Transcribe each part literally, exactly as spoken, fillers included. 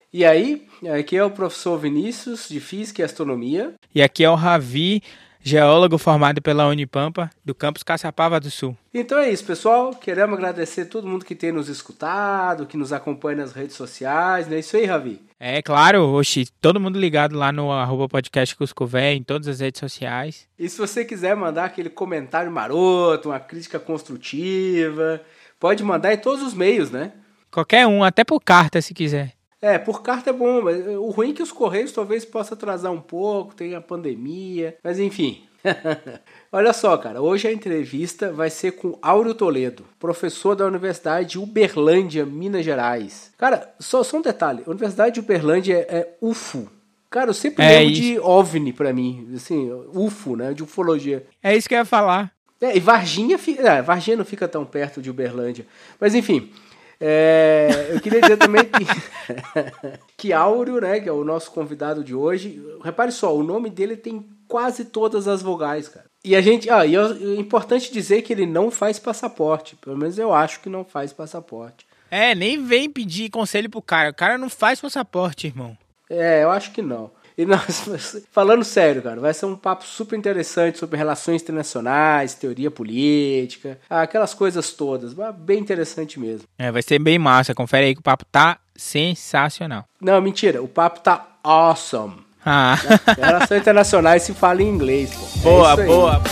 E aí, aqui é o professor Vinícius, de Física e Astronomia. E aqui é o Ravi, geólogo formado pela Unipampa, do campus Caçapava do Sul. Então é isso, pessoal. Queremos agradecer a todo mundo que tem nos escutado, que nos acompanha nas redes sociais. Não é isso aí, Ravi? É claro, oxi, todo mundo ligado lá no arroba podcast Cuscové, em todas as redes sociais. E se você quiser mandar aquele comentário maroto, uma crítica construtiva, pode mandar em todos os meios, né? Qualquer um, até por carta, se quiser. É, por carta é bom, mas o ruim é que os correios talvez possa atrasar um pouco, tem a pandemia, mas enfim. Olha só, cara, hoje a entrevista vai ser com Áureo Toledo, professor da Universidade de Uberlândia, Minas Gerais. Cara, só, só um detalhe, a Universidade de Uberlândia é, é U F O. Cara, eu sempre é lembro isso. de OVNI pra mim, assim, U F O, né, de ufologia. É isso que eu ia falar. É, e Varginha, fica, é, Varginha não fica tão perto de Uberlândia, mas enfim... É, eu queria dizer também que, que Áureo, né, que é o nosso convidado de hoje, repare só, o nome dele tem quase todas as vogais, cara. E a gente, ah, e é importante dizer que ele não faz passaporte, pelo menos eu acho que não faz passaporte. É, nem vem pedir conselho pro cara, o cara não faz passaporte, irmão. É, eu acho que não. E nós, falando sério, cara, vai ser um papo super interessante sobre relações internacionais, teoria política, aquelas coisas todas, bem interessante mesmo. É, vai ser bem massa, confere aí que o papo tá sensacional. Não, mentira, o papo tá awesome. Ah. Relações internacionais se fala em inglês, pô. Boa, é boa.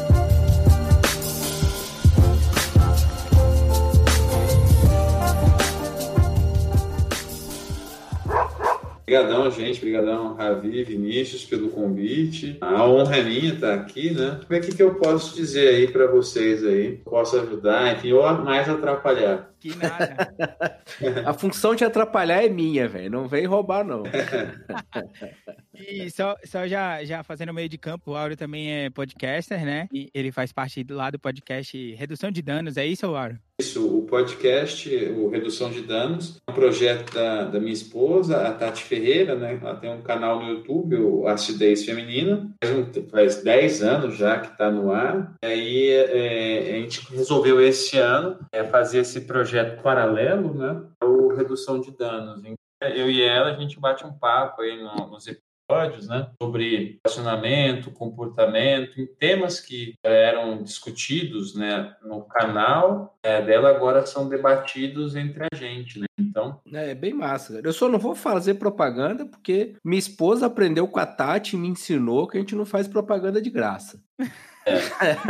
Obrigadão, gente. Obrigadão, Ravi, Vinícius, pelo convite. A honra é minha estar aqui, né? O que, que eu posso dizer aí para vocês aí? Posso ajudar, enfim, ou mais atrapalhar? Que nada. A função de atrapalhar é minha, velho. Não vem roubar, não. E só, só já, já fazendo meio de campo, o Áureo também é podcaster, né? E ele faz parte do lado do podcast Redução de Danos. É isso, Áureo? Isso, o podcast, o Redução de Danos, é um projeto da, da minha esposa, a Tati Ferreira, né? Ela tem um canal no YouTube, o Acidez Feminina, faz dez anos já que está no ar. E aí é, a gente resolveu esse ano é, fazer esse projeto paralelo, né? O Redução de Danos. Eu e ela, a gente bate um papo aí no, nos episódios, né, sobre relacionamento, comportamento, em temas que eram discutidos, né, no canal é, dela, agora são debatidos entre a gente, né? Então... É bem massa, cara. Eu só não vou fazer propaganda porque minha esposa aprendeu com a Tati e me ensinou que a gente não faz propaganda de graça. É.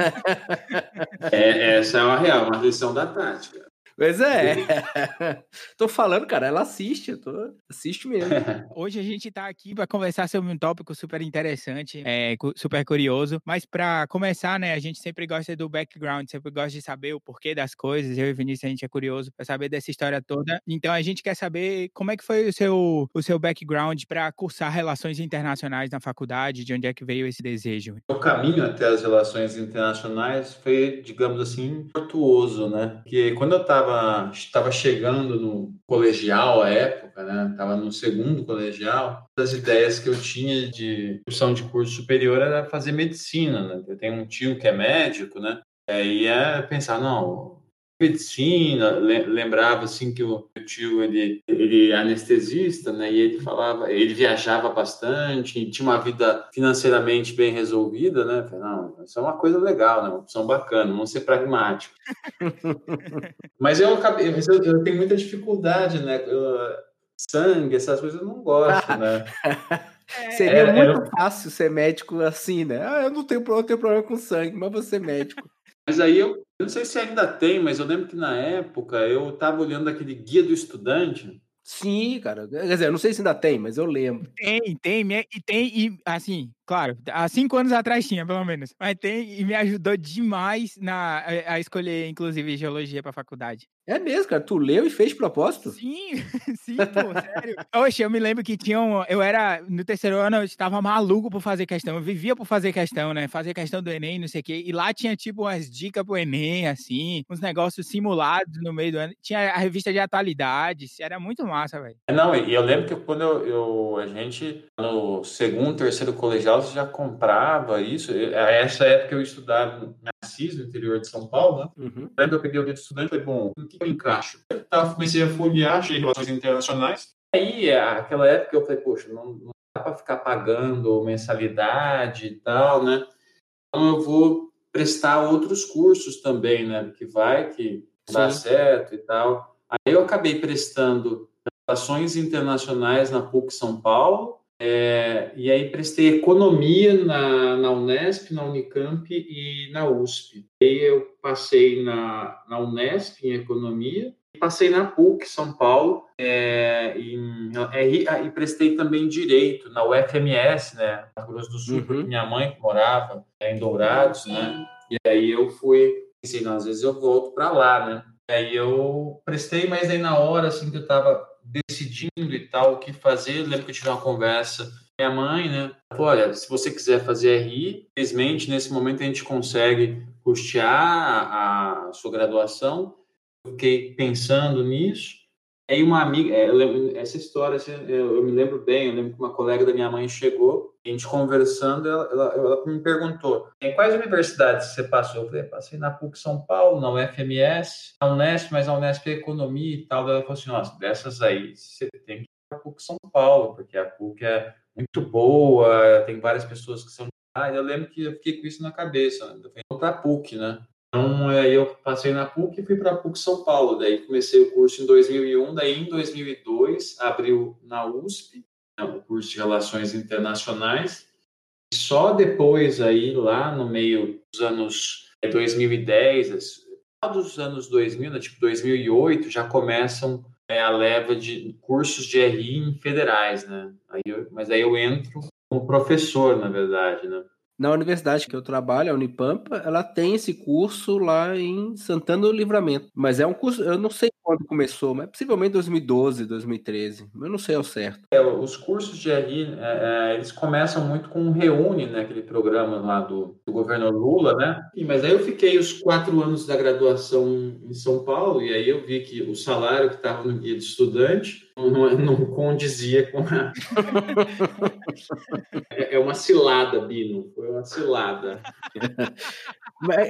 é, essa é uma real, uma lição da Tati, cara. Pois é. Tô falando, cara, ela assiste, eu tô... assiste mesmo. Hoje a gente tá aqui para conversar sobre um tópico super interessante, é, super curioso, mas para começar, né, a gente sempre gosta do background, sempre gosta de saber o porquê das coisas. Eu e o Vinícius, a gente é curioso para saber dessa história toda. Então a gente quer saber como é que foi o seu, o seu background para cursar relações internacionais na faculdade, de onde é que veio esse desejo? O caminho até as relações internacionais foi, digamos assim, tortuoso, né? Porque quando eu tava estava chegando no colegial à época, né? Estava no segundo colegial. As ideias que eu tinha de opção de curso superior era fazer medicina, né? Eu tenho um tio que é médico, né? Aí é pensar, não, medicina, lembrava assim que o meu tio ele, ele é anestesista, né? E ele falava, ele viajava bastante, tinha uma vida financeiramente bem resolvida, né? Falei, não, isso é uma coisa legal, né? Uma opção bacana, vamos ser pragmático. Mas eu acabei, mas eu, eu tenho muita dificuldade, né? Eu, sangue, essas coisas eu não gosto, né? Seria é, muito é... fácil ser médico assim, né? Ah, eu não tenho, eu tenho problema com sangue, mas vou ser médico. Mas aí eu, eu não sei se ainda tem, mas eu lembro que na época eu estava olhando aquele guia do estudante. Sim, cara. Quer dizer, eu não sei se ainda tem, mas eu lembro. Tem, tem, e tem, e assim, claro, há cinco anos atrás tinha, pelo menos. Mas tem, e me ajudou demais na, a, a escolher, inclusive, geologia para faculdade. É mesmo, cara? Tu leu e fez propósito? Sim, sim, pô, sério. Oxe, eu me lembro que tinha um, eu era, no terceiro ano, eu estava maluco por fazer questão, eu vivia por fazer questão, né, fazer questão do Enem, não sei o quê, e lá tinha, tipo, umas dicas pro Enem, assim, uns negócios simulados no meio do ano, tinha a revista de atualidades, era muito massa, velho. Não, e eu lembro que quando eu, eu, a gente, no segundo, terceiro colegial, você já comprava isso, a essa época eu estudava no Assis, no interior de São Paulo, né, uhum. Lembro que eu peguei o livro de estudante e falei, bom, o que eu encaixo? Eu tava, comecei a folhear, achei relações internacionais, Aí, aquela época, eu falei, poxa, não, não dá para ficar pagando mensalidade e tal, né? Então, eu vou prestar outros cursos também, né? Que vai que dá Sim. certo e tal. Aí eu acabei prestando Relações Internacionais na PUC São Paulo, é, e aí prestei Economia na, na Unesp, na Unicamp e na U S P. Aí eu passei na, na Unesp em Economia, e passei na PUC São Paulo, é, em, é, e prestei também Direito na U F M S, né, Mato Grosso do Sul, porque Uhum. minha mãe morava é, em Dourados, né, e aí eu fui, assim, não, às vezes eu volto para lá, né. Aí eu prestei, mas aí na hora assim que eu estava decidindo e tal o que fazer, eu lembro que eu tive uma conversa com minha mãe, né? Ela falou, olha, se você quiser fazer R I, infelizmente nesse momento a gente consegue custear a, a sua graduação. Eu fiquei pensando nisso. Aí uma amiga, é, eu lembro, essa história assim, eu, eu me lembro bem, eu lembro que uma colega da minha mãe chegou, a gente conversando, ela, ela, ela me perguntou, em quais universidades você passou? Eu falei, passei na PUC São Paulo, na U F M S, na Unesp, mas a Unesp é Economia e tal. Ela falou assim, nossa, dessas aí você tem que ir para a PUC São Paulo, porque a PUC é muito boa, tem várias pessoas que são... Ah, eu lembro que eu fiquei com isso na cabeça, né? Eu falei, vou para a PUC, né? Então, aí eu passei na PUC e fui para a PUC São Paulo. Daí comecei o curso em dois mil e um, daí em dois mil e dois abriu na U S P, né, o curso de Relações Internacionais. E só depois aí, lá no meio dos anos é, dois mil e dez, dos anos dois mil, né, tipo dois mil e oito, já começam é, a leva de cursos de R I em federais, né? Aí eu, mas aí eu entro como professor, na verdade, né? Na universidade que eu trabalho, a Unipampa, ela tem esse curso lá em Santana do Livramento. Mas é um curso, eu não sei quando começou, mas possivelmente dois mil e doze, dois mil e treze. Eu não sei ao certo. É, os cursos de R I, é, é, eles começam muito com o Reúne, né, aquele programa lá do, do governo Lula, né? E, mas aí eu fiquei os quatro anos da graduação em São Paulo, e aí eu vi que o salário que estava no guia de estudante não, não condizia com a... É, é uma cilada, Bino, foi uma cilada. Mas,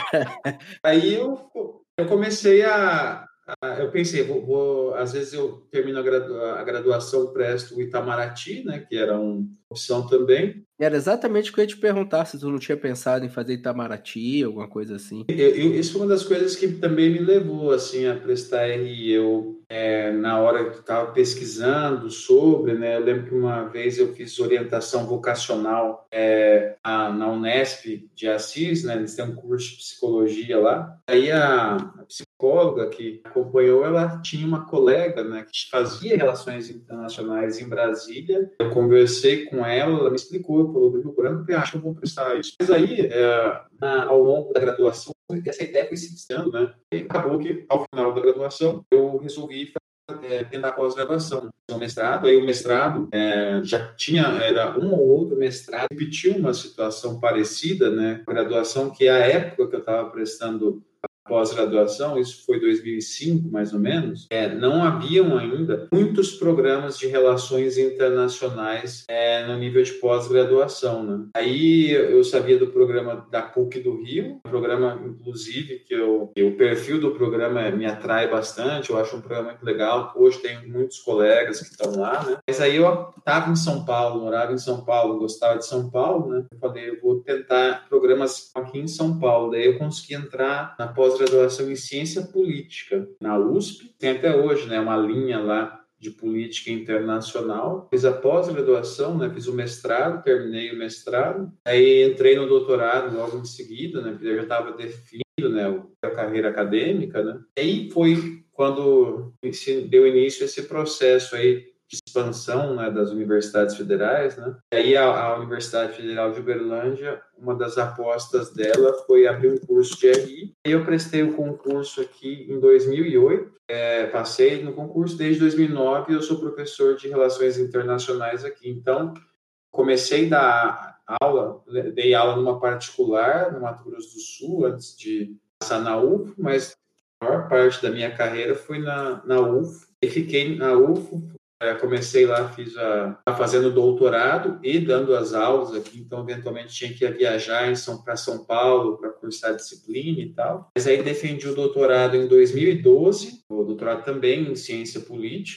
Aí eu, eu comecei a, a- eu pensei, vou, vou- às vezes eu termino a, gradua- a graduação, presto o Itamaraty, né, que era uma opção também. era exatamente o que eu ia te perguntar, se tu não tinha pensado em fazer Itamaraty, alguma coisa assim. Eu, eu- isso foi uma das coisas que também me levou assim a prestar R I. Eu, é, na hora que estava pesquisando sobre, né, eu lembro que uma vez eu fiz orientação vocacional é, a- na Unesp de Assis, né, eles têm um curso de psicologia lá. Aí a, a psicóloga que acompanhou, ela tinha uma colega, né, que fazia relações internacionais em Brasília. Eu conversei com ela, ela me explicou, falou do Rio Branco, e acho que eu vou prestar isso. Mas aí, é, na, ao longo da graduação, essa ideia foi se distando, né? E acabou que, ao final da graduação, eu resolvi é, tentar pós-graduação, o mestrado. Aí o mestrado é, já tinha, era um ou outro mestrado, repetiu uma situação parecida, né? Graduação que a época que eu estava prestando pós-graduação, isso foi dois mil e cinco, mais ou menos, é, não haviam ainda muitos programas de relações internacionais é, no nível de pós-graduação, né? Aí eu sabia do programa da PUC do Rio, um programa, inclusive, que eu, o perfil do programa me atrai bastante, eu acho um programa muito legal, hoje tenho muitos colegas que estão lá, né? Mas aí eu estava em São Paulo, morava em São Paulo, gostava de São Paulo, né? Eu falei, eu vou tentar programas aqui em São Paulo, daí eu consegui entrar na pós-graduação em Ciência Política, na U S P, tem até hoje, né, uma linha lá de política internacional. Fiz a pós-graduação, né, fiz o mestrado, terminei o mestrado, aí entrei no doutorado logo em seguida, né, porque eu já estava definido, né, a carreira acadêmica, né, e aí foi quando deu início esse processo aí de expansão, né, das universidades federais, né? E aí a, a Universidade Federal de Uberlândia, uma das apostas dela foi abrir um curso de R I. E eu prestei o concurso aqui em dois mil e oito, é, passei no concurso desde dois mil e nove, e eu sou professor de Relações Internacionais aqui. Então, comecei a dar aula, dei aula numa particular, no Mato Grosso do Sul, antes de passar na U F, mas a maior parte da minha carreira foi na, na U F. E fiquei na U F, comecei lá, fiz a, fazendo doutorado e dando as aulas aqui, então eventualmente tinha que viajar para São Paulo para cursar disciplina e tal. Mas aí defendi o doutorado em dois mil e doze, o doutorado também em ciência política,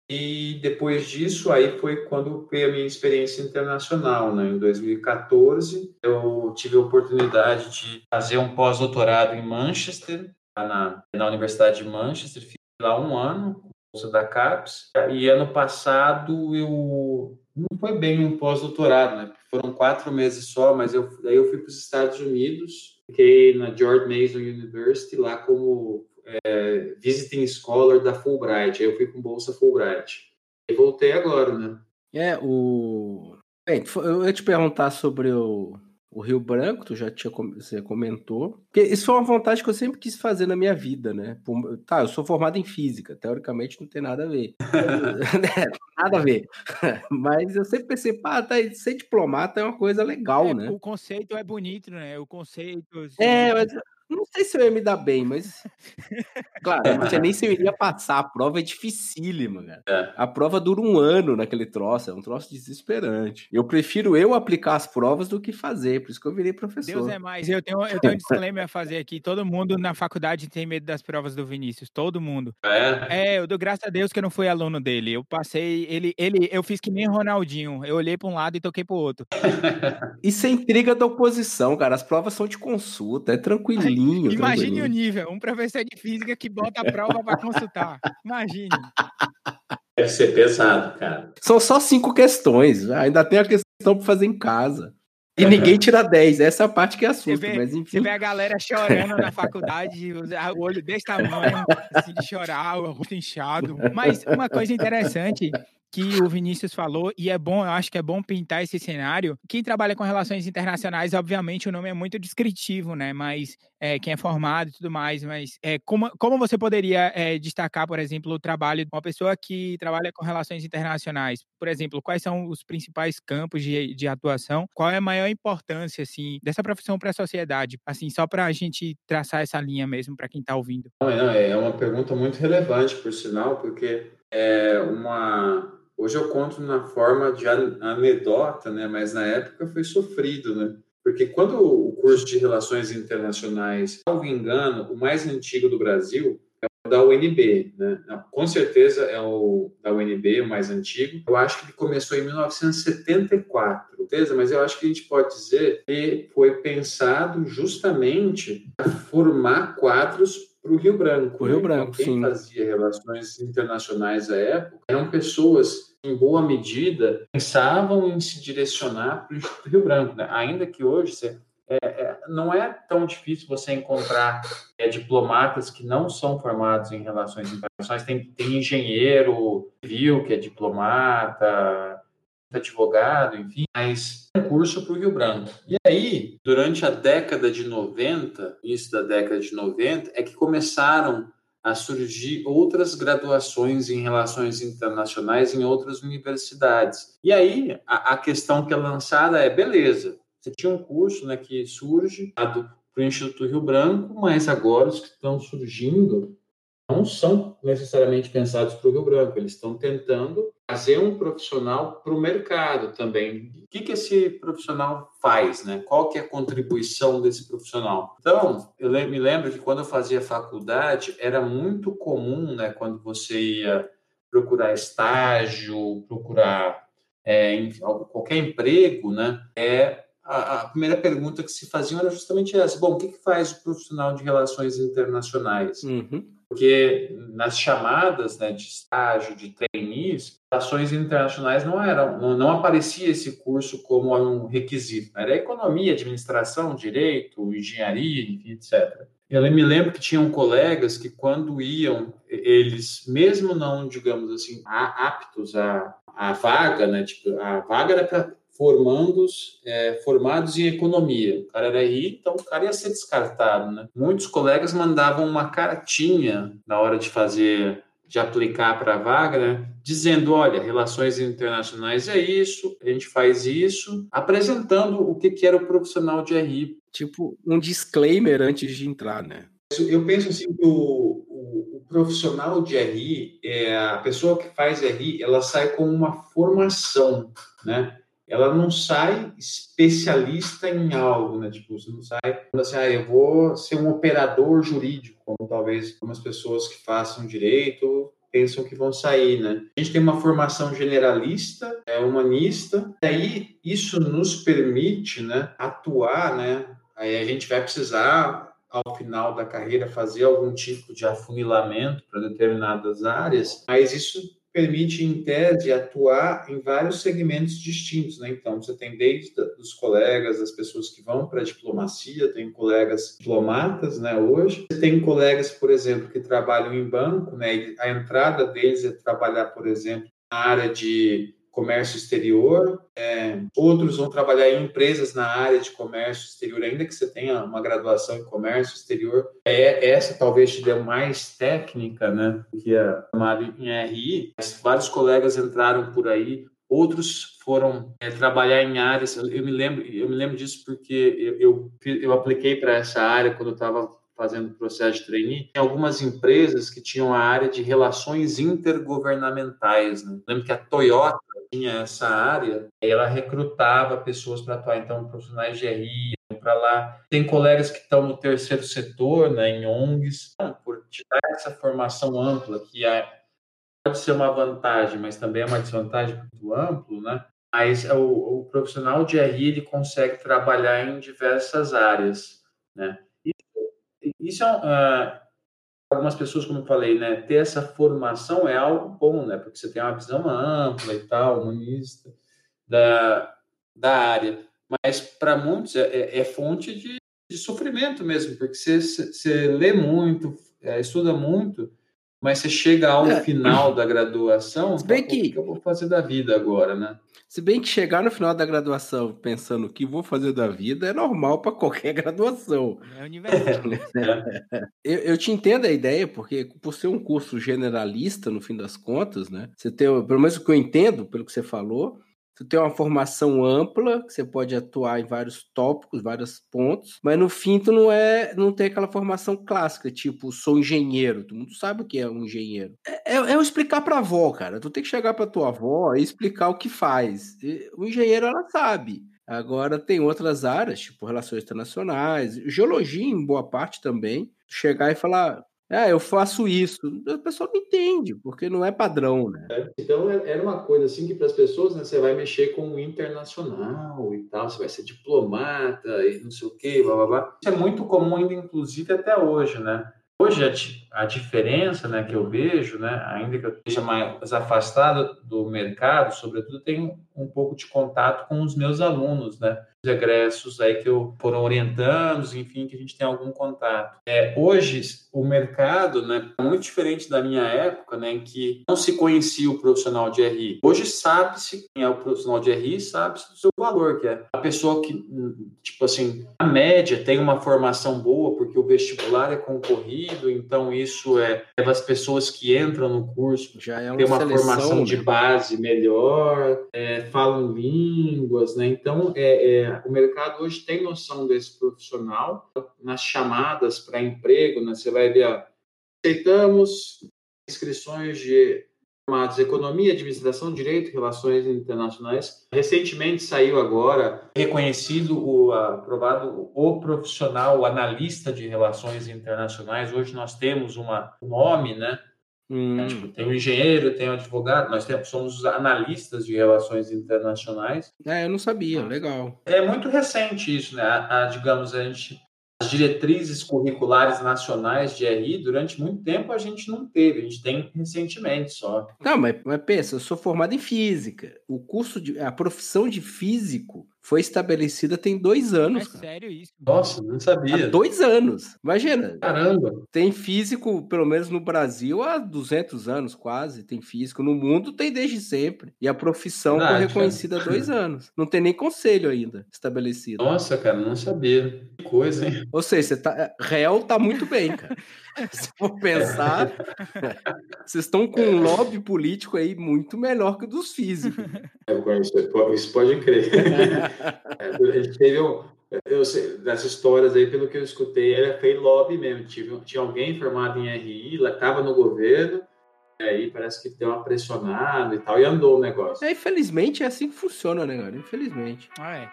E depois disso, aí foi quando foi a minha experiência internacional, né? Em dois mil e quatorze, eu tive a oportunidade de fazer um pós-doutorado em Manchester, na, na Universidade de Manchester. Fiquei lá um ano, com bolsa da CAPES. E ano passado eu... Não foi bem um pós-doutorado, né? Foram quatro meses só, mas eu, daí eu fui para os Estados Unidos, fiquei na George Mason University, lá como é, Visiting Scholar da Fulbright. Aí eu fui com bolsa Fulbright. E voltei agora, né? É, o... Bem, eu ia te perguntar sobre o, o Rio Branco, tu já tinha, você comentou. Porque isso foi uma vontade que eu sempre quis fazer na minha vida, né? Por, tá, eu sou formado em física, teoricamente não tem nada a ver. Nada a ver. Mas eu sempre pensei, pá, tá, ser diplomata é uma coisa legal, É, né? o conceito é bonito, né? O conceito, assim... É, mas não sei se eu ia me dar bem, mas... Claro, eu não sei nem se eu iria passar. A prova é dificílima, cara. É. A prova dura um ano naquele troço, é um troço desesperante. Eu prefiro eu aplicar as provas do que fazer, por isso que eu virei professor. Deus é mais. Eu tenho, eu tenho um disclaimer a fazer aqui. Todo mundo na faculdade tem medo das provas do Vinícius. Todo mundo. É? É, eu dou graças a Deus que eu não fui aluno dele. Eu passei, ele, ele, eu fiz que nem Ronaldinho. Eu olhei para um lado e toquei pro outro. Isso é intriga da oposição, cara. As provas são de consulta, é tranquilinho. Imagine tranquilinho. o nível, um professor de física que bota a prova para consultar. Imagine. Deve ser pesado, cara. São só cinco questões, ainda tem a questão para fazer em casa. E ninguém tira dez, essa é a parte que assusta, Você vê, mas enfim. você vê a galera chorando na faculdade, o olho desse tamanho, assim, de chorar, o rosto inchado. Mas uma coisa interessante que o Vinícius falou, e é bom, eu acho que é bom pintar esse cenário. Quem trabalha com relações internacionais, obviamente, o nome é muito descritivo, né? Mas é, quem é formado e tudo mais, mas é, como, como você poderia é, destacar, por exemplo, o trabalho de uma pessoa que trabalha com relações internacionais? Por exemplo, quais são os principais campos de, de atuação? Qual é a maior importância, assim, dessa profissão para a sociedade? Assim, só para a gente traçar essa linha mesmo para quem está ouvindo. Não, não, é uma pergunta muito relevante, por sinal, porque é uma... Hoje eu conto na forma de anedota, né? Mas na época foi sofrido, né? Porque quando o curso de Relações Internacionais, salvo engano, o mais antigo do Brasil é o da U N B, né? Com certeza é o da U N B, o mais antigo. Eu acho que ele começou em mil novecentos e setenta e quatro, certeza, mas eu acho que a gente pode dizer que foi pensado justamente para formar quadros para o Rio Branco. O Rio né? Branco, então, quem sim. fazia relações internacionais à época eram pessoas que, em boa medida, pensavam em se direcionar para o Rio Branco. Né? Ainda que hoje você, é, é, não é tão difícil você encontrar é, diplomatas que não são formados em relações internacionais. Tem, tem engenheiro civil que é diplomata, advogado, enfim, mas um curso para o Rio Branco. E aí, durante a década de noventa, início da década de noventa, é que começaram a surgir outras graduações em relações internacionais em outras universidades. E aí, a, a questão que é lançada é, beleza, você tinha um curso, né, que surge para o Instituto Rio Branco, mas agora os que estão surgindo não são necessariamente pensados para o Rio Branco, eles estão tentando fazer um profissional para o mercado também. O que, que esse profissional faz, né? Qual que é a contribuição desse profissional? Então, eu me lembro que quando eu fazia faculdade, era muito comum, né, quando você ia procurar estágio, procurar é, enfim, qualquer emprego, né, é a, a primeira pergunta que se fazia era justamente essa. Bom, o que, que faz o profissional de relações internacionais? Uhum. Porque nas chamadas, né, de estágio, de trainees, relações internacionais não eram, não, não aparecia esse curso como um requisito. Era economia, administração, direito, engenharia, enfim, etcétera. Eu me lembro que tinham colegas que quando iam, eles, mesmo não, digamos assim, aptos à, à vaga, né, tipo, a vaga era para formandos, é, formados em economia. O cara era R I, então o cara ia ser descartado, né? Muitos colegas mandavam uma cartinha na hora de fazer, de aplicar para a vaga, né? Dizendo, olha, relações internacionais é isso, a gente faz isso, apresentando o que, que era o profissional de R I. Tipo, um disclaimer antes de entrar, né? Eu penso assim que o, o, o profissional de R I, é, a pessoa que faz R I, ela sai com uma formação, né? Ela não sai especialista em algo, né? Tipo, você não sai assim, ah, eu vou ser um operador jurídico, como talvez algumas pessoas que façam direito pensam que vão sair, né? A gente tem uma formação generalista, é, humanista, e aí isso nos permite, né, atuar, né? Aí a gente vai precisar, ao final da carreira, fazer algum tipo de afunilamento para determinadas áreas, mas isso permite, em tese, atuar em vários segmentos distintos, né? Então, você tem desde os colegas, as pessoas que vão para a diplomacia, tem colegas diplomatas, né, hoje. Você tem colegas, por exemplo, que trabalham em banco, né? A entrada deles é trabalhar, por exemplo, na área de comércio exterior, é, outros vão trabalhar em empresas na área de comércio exterior, ainda que você tenha uma graduação em comércio exterior. É, essa talvez te dê mais técnica, né, do que a chamada em R I. Mas vários colegas entraram por aí, outros foram é, trabalhar em áreas. Eu, eu me lembro, eu me lembro disso porque eu, eu, eu apliquei para essa área quando eu estava fazendo o processo de trainee. Tem algumas empresas que tinham a área de relações intergovernamentais, né? Lembro que a Toyota tinha essa área, ela recrutava pessoas para atuar, então, profissionais de R I, para lá. Tem colegas que estão no terceiro setor, né, em O N Gs, então, por te dar essa formação ampla, que é, pode ser uma vantagem, mas também é uma desvantagem muito amplo, né? Mas o, o profissional de R I, ele consegue trabalhar em diversas áreas, né? Isso é uh, algumas pessoas, como eu falei, né, ter essa formação é algo bom, né, porque você tem uma visão ampla e tal, humanista da, da área, mas para muitos é, é fonte de, de sofrimento mesmo, porque você, você lê muito, é, estuda muito, mas você chega ao é. final da graduação, se bem fala, que... o que eu vou fazer da vida agora, né? Se bem que chegar no final da graduação pensando o que vou fazer da vida é normal para qualquer graduação. É universal. É. eu, eu te entendo a ideia, porque por ser um curso generalista, no fim das contas, né? Você tem, pelo menos o que eu entendo, pelo que você falou, você tem uma formação ampla, que você pode atuar em vários tópicos, vários pontos, mas no fim tu não, é, não tem aquela formação clássica, tipo, sou engenheiro. Todo mundo sabe o que é um engenheiro. É, é, é eu explicar pra avó, cara. Tu tem que chegar pra tua avó e explicar o que faz. E o engenheiro, ela sabe. Agora tem outras áreas, tipo relações internacionais, geologia em boa parte também. Chegar e falar... Ah, eu faço isso. A pessoa não entende, porque não é padrão, né? É, então, era uma coisa assim que para as pessoas, né, você vai mexer com o internacional e tal, você vai ser diplomata e não sei o quê, blá, blá, blá. Isso é muito comum ainda, inclusive, até hoje, né? Hoje, a, a diferença, né, que eu vejo, né, ainda que eu esteja mais afastado do mercado, sobretudo, tenho um pouco de contato com os meus alunos, né? Os egressos aí que eu foram orientando, enfim, que a gente tem algum contato. É, hoje, o mercado, né, é muito diferente da minha época, né, em que não se conhecia o profissional de R I. Hoje sabe-se quem é o profissional de R I, sabe-se do seu valor, que é a pessoa que, tipo assim, a média tem uma formação boa, porque o vestibular é concorrido, então isso é, é das pessoas que entram no curso, já é uma tem uma seleção, formação, né, de base melhor, é, falam línguas, né, então é, é o mercado hoje tem noção desse profissional. Nas chamadas para emprego, né, você vai ver, ó, aceitamos inscrições de formados economia, administração, direito, relações internacionais. Recentemente saiu agora, reconhecido, o, aprovado o profissional, o analista de relações internacionais. Hoje nós temos uma, um nome, né? Hum. É, tipo, tem o engenheiro, tem o advogado, nós temos, somos os analistas de relações internacionais. É, eu não sabia, legal. É muito recente isso, né? A, a, digamos, a gente, as diretrizes curriculares nacionais de R I, durante muito tempo a gente não teve, a gente tem recentemente só. Não, mas, mas pensa, eu sou formado em física. O curso de, a profissão de físico foi estabelecida tem dois anos. É cara. sério isso? Nossa, não sabia. Há dois anos. Imagina. Caramba. Tem físico, pelo menos no Brasil, há duzentos anos quase. Tem físico. No mundo tem desde sempre. E a profissão Verdade, foi reconhecida cara. há dois anos. Não tem nem conselho ainda estabelecido. Nossa, cara, não sabia. Que coisa, hein? Ou seja, você tá, réu tá muito bem, cara. Se for pensar, vocês estão com um lobby político aí muito melhor que o dos físicos. Isso pode crer. A gente teve um, eu sei, dessas histórias aí, pelo que eu escutei, era feio lobby mesmo. Tinha, tinha alguém formado em R I, estava no governo, e aí parece que deu uma pressionada e tal, e andou o negócio. É, infelizmente é assim que funciona, né, cara? Infelizmente. Ah, é.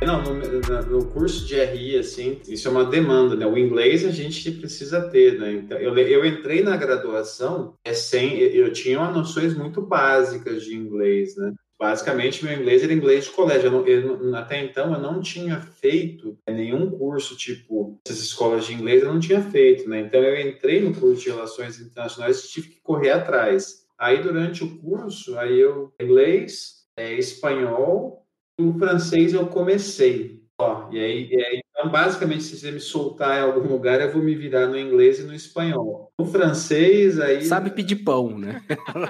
Não, no, no curso de R I, assim, isso é uma demanda, né? O inglês a gente precisa ter, né? Então, eu, eu entrei na graduação é sem, eu tinha umas noções muito básicas de inglês, né? Basicamente, meu inglês era inglês de colégio. Eu não, eu, até então, eu não tinha feito nenhum curso, tipo, essas escolas de inglês eu não tinha feito, né? Então, eu entrei no curso de Relações Internacionais e tive que correr atrás. Aí, durante o curso, aí eu, inglês, é, espanhol, o francês eu comecei. Ó, e aí, e aí, então, basicamente, se você me soltar em algum lugar, eu vou me virar no inglês e no espanhol. No francês, aí... Sabe pedir pão, né?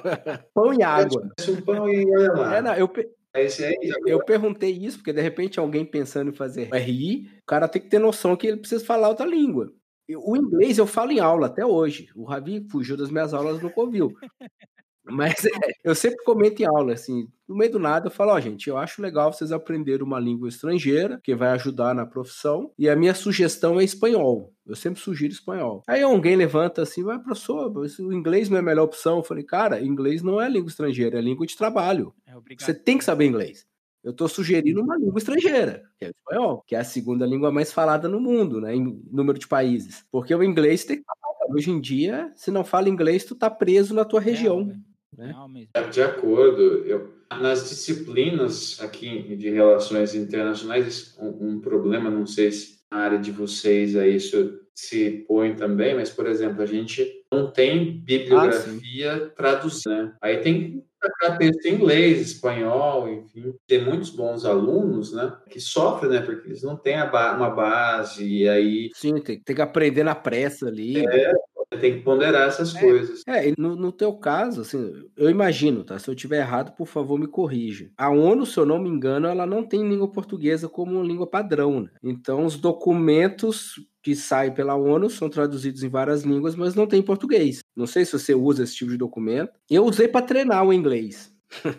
Pão e água. Um pão e olha lá. É, não, eu, pe... Esse aí, eu perguntei isso, porque de repente alguém pensando em fazer R I, o cara tem que ter noção que ele precisa falar outra língua. O inglês eu falo em aula até hoje. O Ravi fugiu das minhas aulas, nunca ouviu. Mas é, eu sempre comento em aula, assim, no meio do nada eu falo, ó, oh, gente, eu acho legal vocês aprenderem uma língua estrangeira, que vai ajudar na profissão, e a minha sugestão é espanhol. Eu sempre sugiro espanhol. Aí alguém levanta assim, vai, professor, o inglês não é a melhor opção. Eu falei, cara, inglês não é língua estrangeira, é língua de trabalho. É você tem que saber inglês. Eu estou sugerindo uma língua estrangeira, que é o espanhol, que é a segunda língua mais falada no mundo, né, em número de países. Porque o inglês tem que falar. Hoje em dia, se não fala inglês, tu tá preso na tua região. Né? De acordo, eu, nas disciplinas aqui de relações internacionais, um, um problema, não sei se na área de vocês aí isso se põe também, mas, por exemplo, a gente não tem bibliografia ah, traduzida, né? Aí tem que tacar texto em inglês, espanhol, enfim. Tem muitos bons alunos, né, que sofrem, né, porque eles não têm a ba- uma base, e aí... Sim, tem, tem que aprender na pressa ali. É, tem que ponderar essas é, coisas. É, no, no teu caso, assim, eu imagino, tá? Se eu tiver errado, por favor, me corrija. A ONU, se eu não me engano, ela não tem língua portuguesa como língua padrão, né? Então, os documentos que saem pela ONU são traduzidos em várias línguas, mas não tem em português. Não sei se você usa esse tipo de documento. Eu usei para treinar o inglês.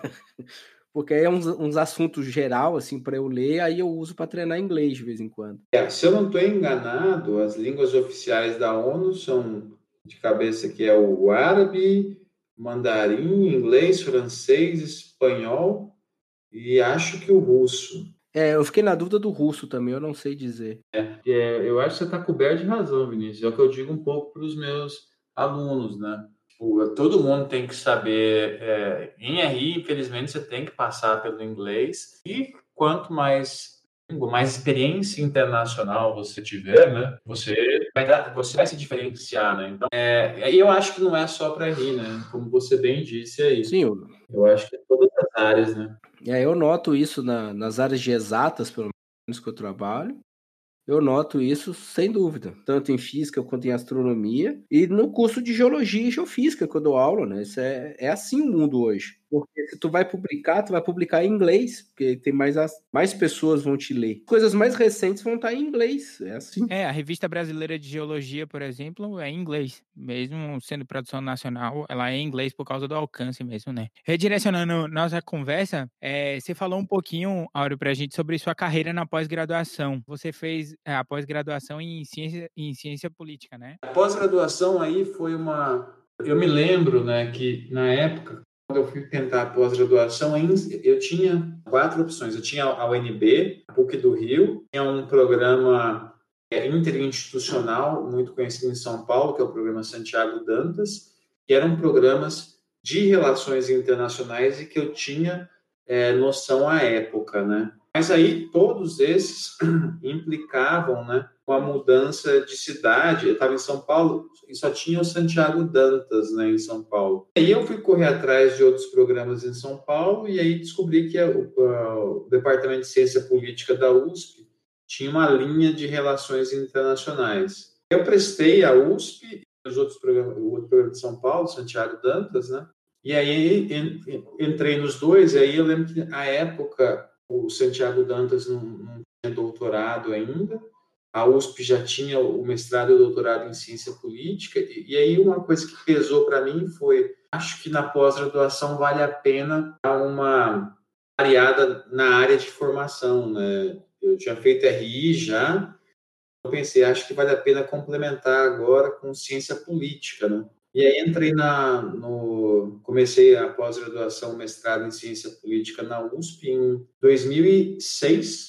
Porque aí é uns, uns assuntos geral, assim, para eu ler, aí eu uso para treinar inglês de vez em quando. É, se eu não estou enganado, as línguas oficiais da ONU são, de cabeça que é o árabe, mandarim, inglês, francês, espanhol e acho que o russo. É, eu fiquei na dúvida do russo também, eu não sei dizer. É, é, eu acho que você está coberto de razão, Vinícius. É o que eu digo um pouco para os meus alunos, né? Todo mundo tem que saber. É, em R I, infelizmente, você tem que passar pelo inglês. E quanto mais, mais experiência internacional você tiver, né? Você vai, dar, você vai se diferenciar, né? Então, é, eu acho que não é só para R I, né? Como você bem disse aí. Sim, eu, eu acho que é todas as áreas, né? É, eu noto isso na, nas áreas de exatas, pelo menos que eu trabalho. Eu noto isso sem dúvida, tanto em física quanto em astronomia e no curso de geologia e geofísica que eu dou aula, né? Isso é, é assim o mundo hoje. Porque se tu vai publicar, tu vai publicar em inglês, porque tem mais, as, mais pessoas vão te ler. Coisas mais recentes vão estar em inglês, é assim. É, a Revista Brasileira de Geologia, por exemplo, é em inglês. Mesmo sendo produção nacional, ela é em inglês por causa do alcance mesmo, né? Redirecionando nossa conversa, é, você falou um pouquinho, Áureo, pra gente sobre sua carreira na pós-graduação. Você fez a pós-graduação em ciência, em ciência política, né? A pós-graduação aí foi uma... Eu me lembro, né, que na época, quando eu fui tentar a pós-graduação, eu tinha quatro opções. Eu tinha a U N B, a PUC do Rio, tinha um programa interinstitucional muito conhecido em São Paulo, que é o programa Santiago Dantas, que eram programas de relações internacionais e que eu tinha é, noção à época, né? Mas aí todos esses implicavam, né, com a mudança de cidade. Eu estava em São Paulo e só tinha o Santiago Dantas, né, em São Paulo. Aí eu fui correr atrás de outros programas em São Paulo e aí descobri que o, o Departamento de Ciência Política da U S P tinha uma linha de relações internacionais. Eu prestei a U S P e os outros programas, o outro programa de São Paulo, Santiago Dantas, né? E aí entrei nos dois, e aí eu lembro que à época o Santiago Dantas não, não tinha doutorado ainda, a U S P já tinha o mestrado e o doutorado em ciência política, e, e aí uma coisa que pesou para mim foi, acho que na pós-graduação vale a pena dar uma variada na área de formação, né? Eu tinha feito R I já, eu pensei, acho que vale a pena complementar agora com ciência política, né? E aí entrei na, no, comecei a pós-graduação, mestrado em ciência política na U S P em dois mil e seis, e